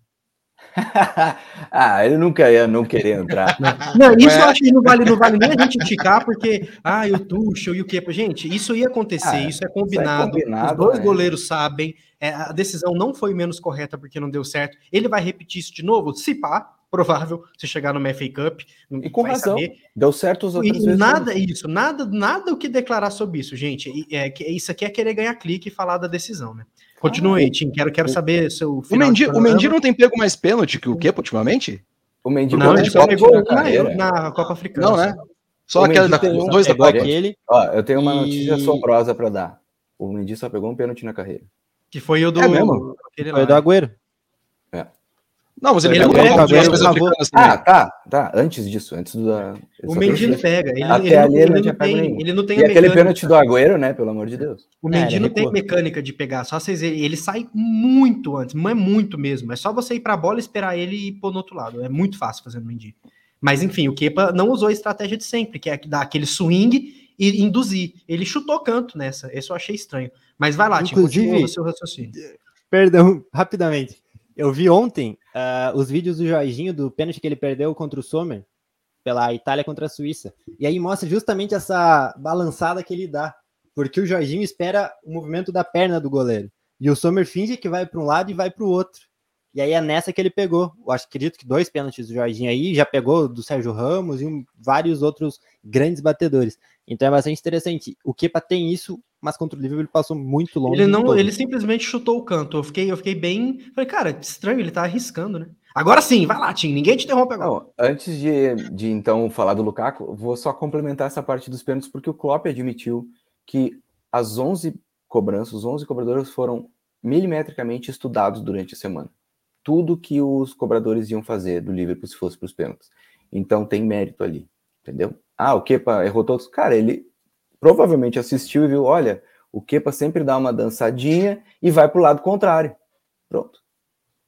Ele nunca ia não querer entrar. Não, isso eu acho que não vale nem a gente esticar, porque o Tuchel e o Kepa, gente, isso ia acontecer, isso é combinado, os dois goleiros sabem, a decisão não foi menos correta porque não deu certo, ele vai repetir isso de novo? Se pá, provável, se chegar no FA Cup, e com razão, saber. Deu certo os outros vezes. Nada o que declarar sobre isso, gente, isso aqui é querer ganhar clique e falar da decisão, né? Continue, Tim, quero saber seu final. O Mendy não tem pego mais pênalti que o Kepa ultimamente? O Mendy ele só pegou na Copa Africana. Não, né? Só aquele dos dois da Copa. Eu tenho uma notícia assombrosa para dar. O Mendy só pegou um pênalti na carreira. Que foi o do... mesmo? Foi do Agüero. Não, mas ele pegou coisas africanas também. Tá. Antes disso, o Mendy não pega. Ele não tem e aquele pênalti do Agüero, né? Pelo amor de Deus. O Mendy não tem mecânica de pegar. Só vocês verem, ele sai muito antes. Não é muito mesmo. É só você ir pra bola, esperar ele e pôr no outro lado. É muito fácil fazer no Mendy. Mas enfim, o Kepa não usou a estratégia de sempre, que é dar aquele swing e induzir. Ele chutou canto nessa. Isso eu achei estranho. Mas vai lá, Tim, continua no seu raciocínio. Perdão, rapidamente. Eu vi ontem os vídeos do Jorginho, do pênalti que ele perdeu contra o Sommer, pela Itália contra a Suíça. E aí mostra justamente essa balançada que ele dá. Porque o Jorginho espera o movimento da perna do goleiro. E o Sommer finge que vai para um lado e vai para o outro. E aí é nessa que ele pegou. Eu acredito que 2 pênaltis do Jorginho aí, já pegou do Sérgio Ramos e vários outros grandes batedores. Então é bastante interessante. O Kepa tem isso, mas contra o Liverpool ele passou muito longe. Ele simplesmente chutou o canto. Eu fiquei bem... Falei, cara, estranho, ele tá arriscando, né? Agora sim, vai lá, Tim, ninguém te interrompe agora. Não, antes de então falar do Lukaku, vou só complementar essa parte dos pênaltis, porque o Klopp admitiu que as 11 cobranças, os 11 cobradores foram milimetricamente estudados durante a semana. Tudo que os cobradores iam fazer do Liverpool se fosse para os pênaltis. Então tem mérito ali, entendeu? O Kepa errou todos. Cara, ele provavelmente assistiu e viu, olha, o Kepa sempre dá uma dançadinha e vai pro lado contrário. Pronto.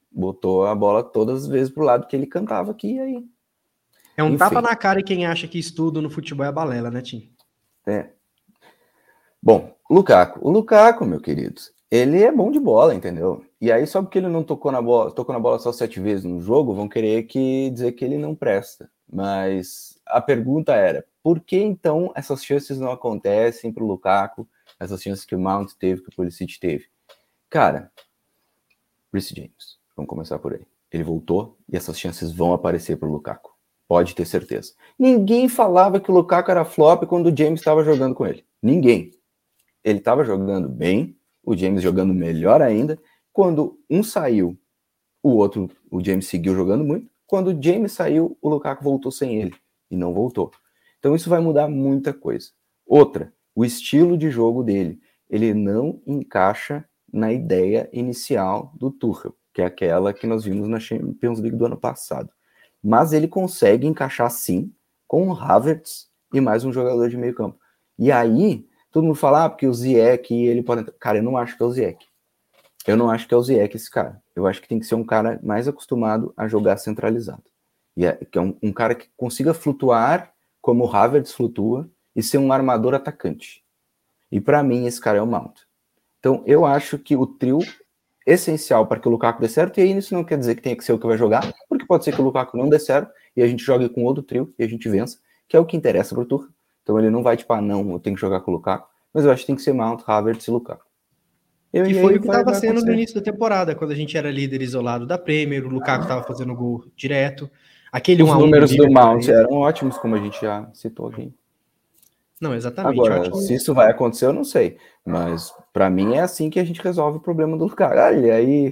botou a bola todas as vezes pro lado que ele cantava aqui e aí. É um Enfim. tapa na cara e quem acha que estudo no futebol é balela, né, Tim? É. Bom, o Lukaku, meu querido, ele é bom de bola, entendeu? E aí, só porque ele não tocou na bola só 7 vezes no jogo, vão querer dizer que ele não presta. Mas a pergunta era, por que então essas chances não acontecem pro Lukaku, essas chances que o Mount teve, que o Pulisic teve? Cara, Reece James, vamos começar por aí. Ele voltou e essas chances vão aparecer pro Lukaku. Pode ter certeza. Ninguém falava que o Lukaku era flop quando o James estava jogando com ele. Ninguém. Ele estava jogando bem, o James jogando melhor ainda. Quando um saiu, o James seguiu jogando muito. Quando o James saiu, o Lukaku voltou sem ele. E não voltou. Então isso vai mudar muita coisa. Outra, o estilo de jogo dele. Ele não encaixa na ideia inicial do Tuchel, que é aquela que nós vimos na Champions League do ano passado. Mas ele consegue encaixar sim com o Havertz e mais um jogador de meio campo. E aí, todo mundo fala, porque o Ziyech, ele pode... Cara, eu não acho que é o Ziyech. Eu não acho que é o Ziyech esse cara. Eu acho que tem que ser um cara mais acostumado a jogar centralizado. Que é um cara que consiga flutuar como o Havertz flutua e ser um armador atacante. E para mim, esse cara é o Mount. Então, eu acho que o trio essencial para que o Lukaku dê certo, e aí isso não quer dizer que tenha que ser o que vai jogar, porque pode ser que o Lukaku não dê certo e a gente jogue com outro trio e a gente vença, que é o que interessa pro Tuchel. Então ele não vai tipo, não, eu tenho que jogar com o Lukaku, mas eu acho que tem que ser Mount, Havertz e Lukaku. Que foi o que estava sendo no início da temporada, quando a gente era líder isolado da Premier, o Lukaku estava fazendo gol direto. Os números do Mount eram ótimos, como a gente já citou aqui. Não, exatamente. Agora, se isso vai acontecer, eu não sei. Mas, para mim, é assim que a gente resolve o problema do Lukaku. Olha aí.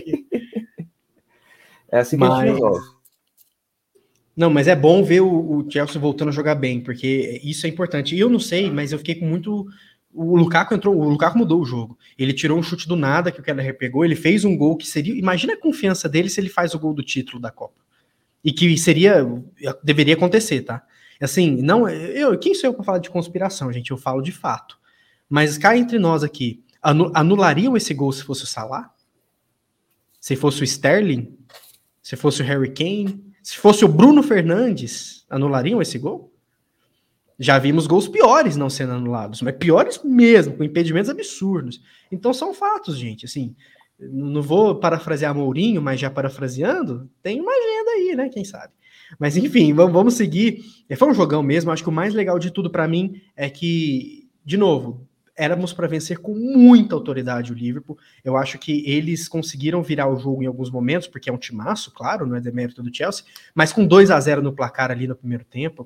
É assim que a gente resolve. Não, mas é bom ver o Chelsea voltando a jogar bem, porque isso é importante. E eu não sei, mas eu fiquei com muito... O Lukaku mudou o jogo. Ele tirou um chute do nada que o Kelleher pegou, ele fez um gol que seria... Imagina a confiança dele se ele faz o gol do título da Copa. E que deveria acontecer, tá? Assim, não, quem sou eu para falar de conspiração, gente? Eu falo de fato. Mas cá entre nós aqui, anulariam esse gol se fosse o Salah? Se fosse o Sterling? Se fosse o Harry Kane? Se fosse o Bruno Fernandes, anulariam esse gol? Já vimos gols piores não sendo anulados, mas piores mesmo, com impedimentos absurdos. Então são fatos, gente. Assim, não vou parafrasear Mourinho, mas já parafraseando, tem uma agenda aí, né? Quem sabe? Mas enfim, vamos seguir. Foi um jogão mesmo. Acho que o mais legal de tudo para mim é que, de novo, éramos para vencer com muita autoridade o Liverpool. Eu acho que eles conseguiram virar o jogo em alguns momentos, porque é um timaço, claro, não é demérito do Chelsea, mas com 2-0 no placar ali no primeiro tempo,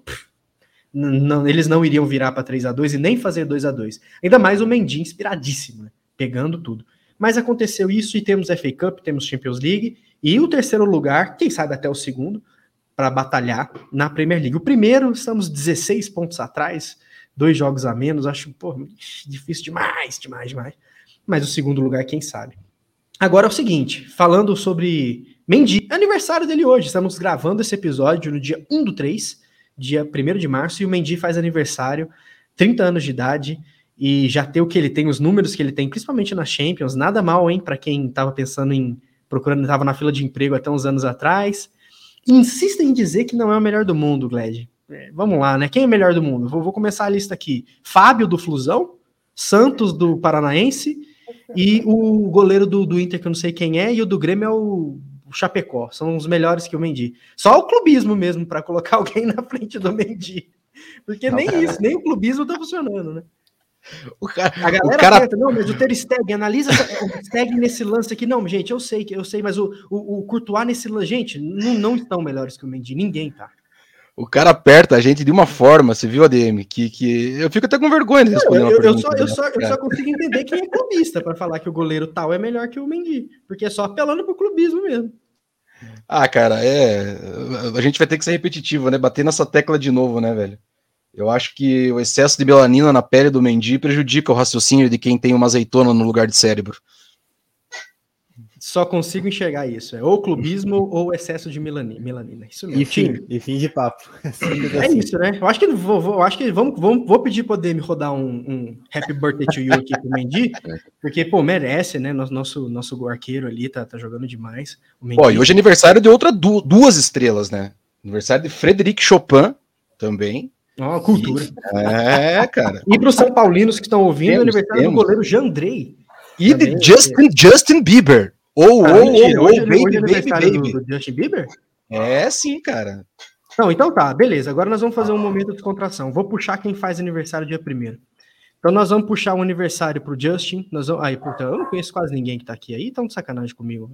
eles não iriam virar para 3-2 e nem fazer 2-2. Ainda mais o Mendy inspiradíssimo, né? Pegando tudo. Mas aconteceu isso e temos FA Cup, temos Champions League e o terceiro lugar, quem sabe até o segundo, para batalhar na Premier League. O primeiro, estamos 16 pontos atrás, 2 jogos a menos, acho difícil demais. Mas o segundo lugar, quem sabe. Agora é o seguinte, falando sobre Mendy, é aniversário dele hoje, estamos gravando esse episódio no dia 1/3, dia 1º de março, e o Mendy faz aniversário, 30 anos de idade, e já tem o que ele tem, os números que ele tem, principalmente na Champions, nada mal, hein, para quem estava pensando estava na fila de emprego até uns anos atrás. Insistem em dizer que não é o melhor do mundo, Gled. Vamos lá, né? Quem é o melhor do mundo? Vou começar a lista aqui. Fábio do Flusão, Santos do Paranaense e o goleiro do Inter, que eu não sei quem é, e o do Grêmio é o Chapecó. São os melhores que o Mendy. Só o clubismo mesmo para colocar alguém na frente do Mendy. Porque nem isso, nem o clubismo tá funcionando, né? A galera tenta, não, mas o Ter Stegen, analisa o Stegen nesse lance aqui. Não, gente, eu sei, mas o Courtois nesse lance, gente, não estão melhores que o Mendy, ninguém tá. O cara aperta a gente de uma forma, você viu, ADM, que eu fico até com vergonha de responder uma pergunta. Eu só consigo entender quem é clubista para falar que o goleiro tal é melhor que o Mendy, porque é só apelando pro clubismo mesmo. Ah, cara, a gente vai ter que ser repetitivo, né? Bater nessa tecla de novo, né, velho? Eu acho que o excesso de melanina na pele do Mendy prejudica o raciocínio de quem tem uma azeitona no lugar de cérebro. Só consigo enxergar isso. É ou clubismo ou excesso de melanina. Isso mesmo. E fim de papo. É isso, né? Eu acho que vou pedir para poder me rodar um Happy Birthday to You aqui pro Mendy, porque, pô, merece, né? Nosso arqueiro ali tá jogando demais. Pô, e hoje é aniversário de duas estrelas, né? Aniversário de Frederic Chopin também. Ó, cultura. É, cara. E para os São Paulinos que estão ouvindo, é aniversário do goleiro Jandrei. E de Justin Bieber. Hoje é aniversário do Justin Bieber? É, sim, cara. Não, então tá, beleza. Agora nós vamos fazer um momento de descontração. Vou puxar quem faz aniversário dia 1º. Então nós vamos puxar um aniversário pro Justin. Portanto, eu não conheço quase ninguém que tá aqui aí, estão de sacanagem comigo.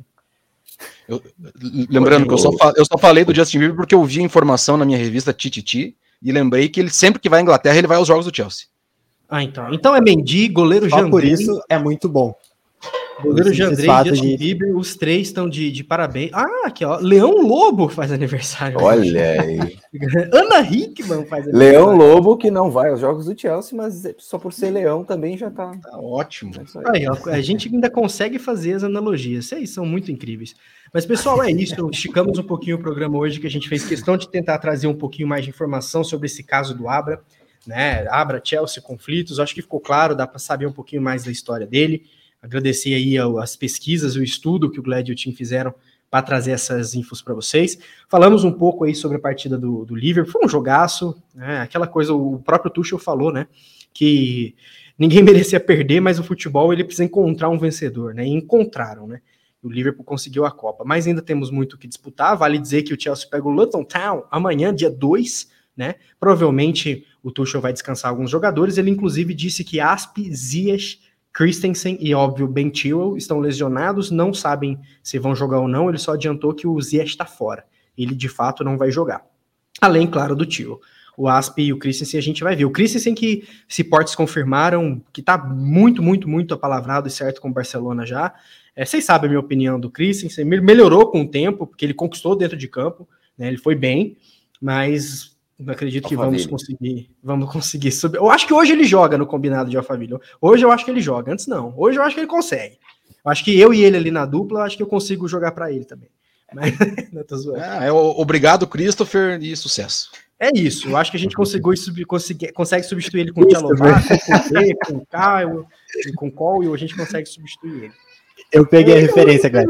Lembrando que eu só falei do Justin Bieber porque eu vi a informação na minha revista Tititi e lembrei que ele sempre que vai à Inglaterra, ele vai aos jogos do Chelsea. Ah, então. Então é Mendy, goleiro Só Jandrei. por isso é muito bom. Goleiro Jandrei e Justin Bieber, os três estão de parabéns. Ah, aqui, ó. Leão Lobo faz aniversário. Olha aí. Ana Hickman faz aniversário. Leão Lobo, que não vai aos jogos do Chelsea, mas só por ser leão também já tá ótimo. Aí, ó, a gente ainda consegue fazer as analogias. Vocês são muito incríveis. Mas, pessoal, é isso. Esticamos um pouquinho o programa hoje, que a gente fez questão de tentar trazer um pouquinho mais de informação sobre esse caso do Abra, né? Abra, Chelsea, conflitos. Acho que ficou claro, dá para saber um pouquinho mais da história dele. Agradecer aí as pesquisas, o estudo que o Glad e o Tim fizeram para trazer essas infos para vocês. Falamos um pouco aí sobre a partida do Liverpool, foi um jogaço, né? Aquela coisa, o próprio Tuchel falou, né, que ninguém merecia perder, mas o futebol ele precisa encontrar um vencedor, né, e encontraram, né, o Liverpool conseguiu a Copa, mas ainda temos muito o que disputar. Vale dizer que o Chelsea pega o Luton Town amanhã, dia 2, né, provavelmente o Tuchel vai descansar alguns jogadores, ele inclusive disse que Aspi, Ziyech, Christensen e, óbvio, Ben Chilwell estão lesionados, não sabem se vão jogar ou não, ele só adiantou que o Ziyech está fora, ele de fato não vai jogar. Além, claro, do Chilwell. O Aspi e o Christensen a gente vai ver. O Christensen que se portes confirmaram, que tá muito, muito, muito apalavrado e certo com o Barcelona já. Vocês sabem a minha opinião do Christensen, melhorou com o tempo, porque ele conquistou dentro de campo, né, ele foi bem, mas... não acredito que vamos conseguir subir. Eu acho que hoje ele joga no combinado de Alphaville. Hoje eu acho que ele joga, antes não. Hoje eu acho que ele consegue. Eu acho que eu e ele ali na dupla, eu acho que eu consigo jogar para ele também. Mas, não tô zoando. Obrigado, Christopher, e sucesso. É isso, eu acho que a gente consegue substituir ele com o Tchalovac, com o T, com o Caio, com o Cole, a gente consegue substituir ele. Eu peguei a referência, cara.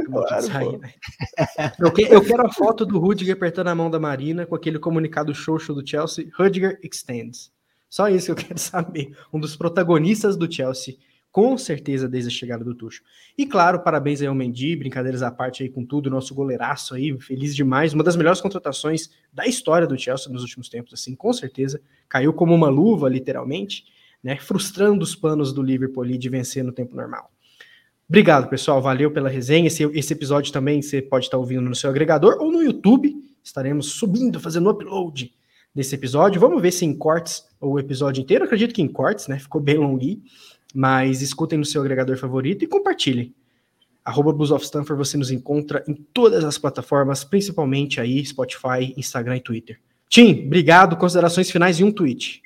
Eu quero a foto do Rudiger apertando a mão da Marina com aquele comunicado xoxo do Chelsea, Rudiger extends. Só isso que eu quero saber. Um dos protagonistas do Chelsea, com certeza, desde a chegada do Tuchel. E claro, parabéns aí ao Mendy, brincadeiras à parte aí com tudo, nosso goleiraço aí, feliz demais. Uma das melhores contratações da história do Chelsea nos últimos tempos, assim, com certeza. Caiu como uma luva, literalmente, né? Frustrando os planos do Liverpool ali de vencer no tempo normal. Obrigado, pessoal. Valeu pela resenha. Esse episódio também você pode estar ouvindo no seu agregador ou no YouTube. Estaremos subindo, fazendo upload desse episódio. Vamos ver se em cortes ou o episódio inteiro. Eu acredito que em cortes, né? Ficou bem longuinho. Mas escutem no seu agregador favorito e compartilhem. @BluesOfStamford você nos encontra em todas as plataformas, principalmente aí Spotify, Instagram e Twitter. Tim, obrigado. Considerações finais e um tweet.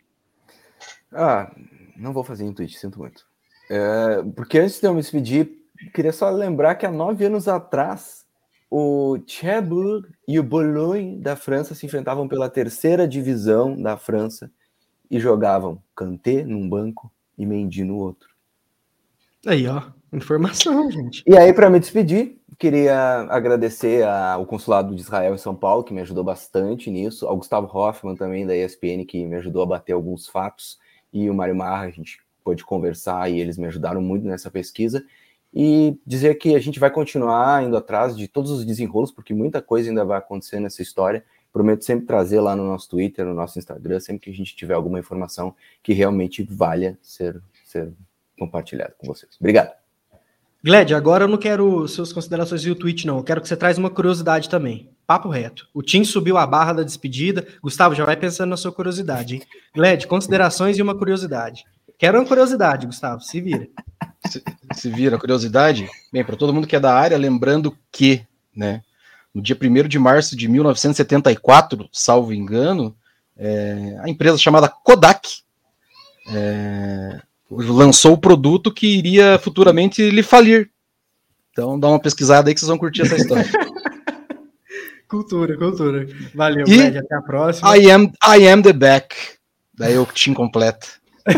Não vou fazer um tweet, sinto muito. Porque antes de eu me despedir, queria só lembrar que há 9 anos atrás o Cherbourg e o Boulogne da França se enfrentavam pela 3ª divisão da França e jogavam Kanté num banco e Mendy no outro. Aí, ó, informação, gente. E aí, para me despedir, queria agradecer ao Consulado de Israel em São Paulo, que me ajudou bastante nisso, ao Gustavo Hoffman também, da ESPN, que me ajudou a bater alguns fatos, e o Mário Marra, a gente pôde conversar e eles me ajudaram muito nessa pesquisa, e dizer que a gente vai continuar indo atrás de todos os desenrolos, porque muita coisa ainda vai acontecer nessa história. Prometo sempre trazer lá no nosso Twitter, no nosso Instagram, sempre que a gente tiver alguma informação que realmente valha ser compartilhada com vocês. Obrigado. Gled, agora eu não quero suas considerações e o tweet, não. Eu quero que você traz uma curiosidade também. Papo reto. O Tim subiu a barra da despedida. Gustavo, já vai pensando na sua curiosidade, hein? Gled, considerações e uma curiosidade. Quero uma curiosidade, Gustavo. Se vira. Se vira, curiosidade? Bem, para todo mundo que é da área, lembrando que, né, no dia 1º de março de 1974, salvo engano, a empresa chamada Kodak lançou o produto que iria futuramente lhe falir, Então dá uma pesquisada aí que vocês vão curtir essa história. Cultura. Valeu, E Brad, até a próxima. I am the back. Daí o time completa.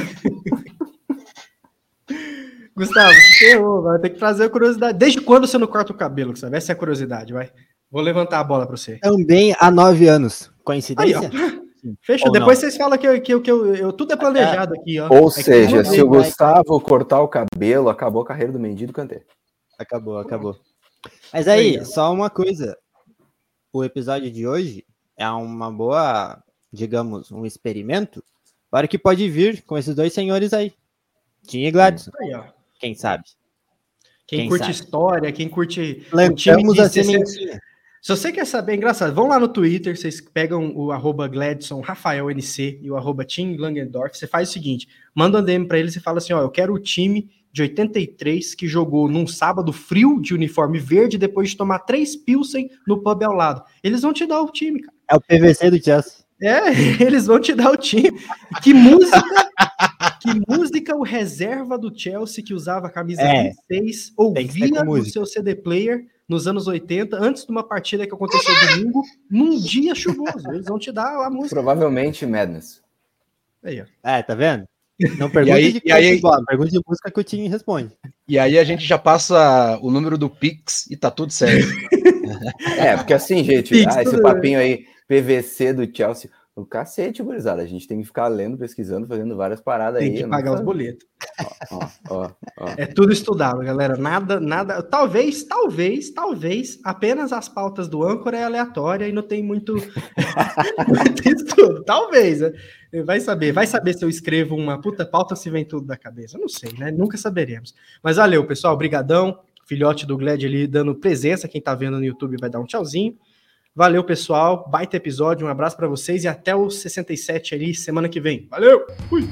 Gustavo, você errou, vai ter que trazer a curiosidade. Desde quando você não corta o cabelo, Gustavo? Essa é a curiosidade, vai. Vou levantar a bola para você. Também há 9 anos. Coincidência? Aí, fechou. Ou Depois não? vocês falam que eu tudo é planejado aqui, ó. Ou É que seja, se o vai- Gustavo cortar o cabelo, acabou a carreira do Mendy e do Kanté. Acabou. Mas aí, Legal. só uma coisa. O episódio de hoje é uma boa, digamos, um experimento para o que pode vir com esses dois senhores aí. Tim e Gladson, Aí, ó. quem sabe? Quem Quem curte sabe? história, quem curte Plantamos a de 60. sementinha. Se você quer saber, é engraçado, vão lá no Twitter, vocês pegam o @Gladson Rafael NC e o @Tim Langendorf, você faz o seguinte, manda um DM para eles e fala assim, ó, eu quero o time de 83 que jogou num sábado frio de uniforme verde depois de tomar 3 Pilsen no pub ao lado. Eles vão te dar o time, cara. É o PVC do Chelsea. Eles vão te dar o time. Que música o reserva do Chelsea que usava a camisa 26 tem que ser ouvia com no música. seu CD player nos anos 80, antes de uma partida que aconteceu domingo, num dia chuvoso. Eles vão te dar a música. Provavelmente Madness. Aí, ó. Tá vendo? Não pergunte aí- de e aí- futebol, pergunte de música que o Tim responde. E aí a gente já passa o número do Pix e tá tudo certo. Porque assim, gente, Pix, esse tudo papinho aí, PVC do Chelsea, o cacete, gurizada. A gente tem que ficar lendo, pesquisando, fazendo várias paradas Tem aí. que eu pagar não os boletos. Ó. É tudo estudado, galera. Nada. Talvez, apenas as pautas do âncora é aleatória e não tem muito, muito estudo. Talvez, né? Vai saber se eu escrevo uma puta pauta se vem tudo da cabeça. Eu não sei, né? Nunca saberemos. Mas valeu, pessoal. Brigadão. Filhote do Glad ali dando presença. Quem tá vendo no YouTube vai dar um tchauzinho. Valeu, pessoal. Baita episódio. Um abraço para vocês e até o 67 ali semana que vem. Valeu! Fui!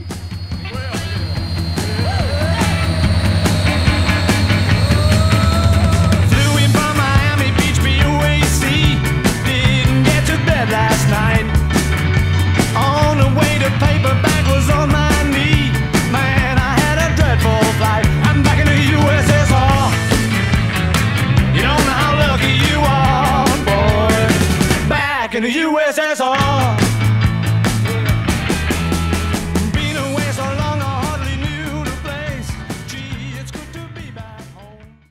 Flew in from Miami Beach, BUAC. Didn't get to bed last night. On the way to paperback was on my knee. Man, I had a dreadful flight. I'm back in the USSR. You don't know how lucky you are, boy. Back in the USSR.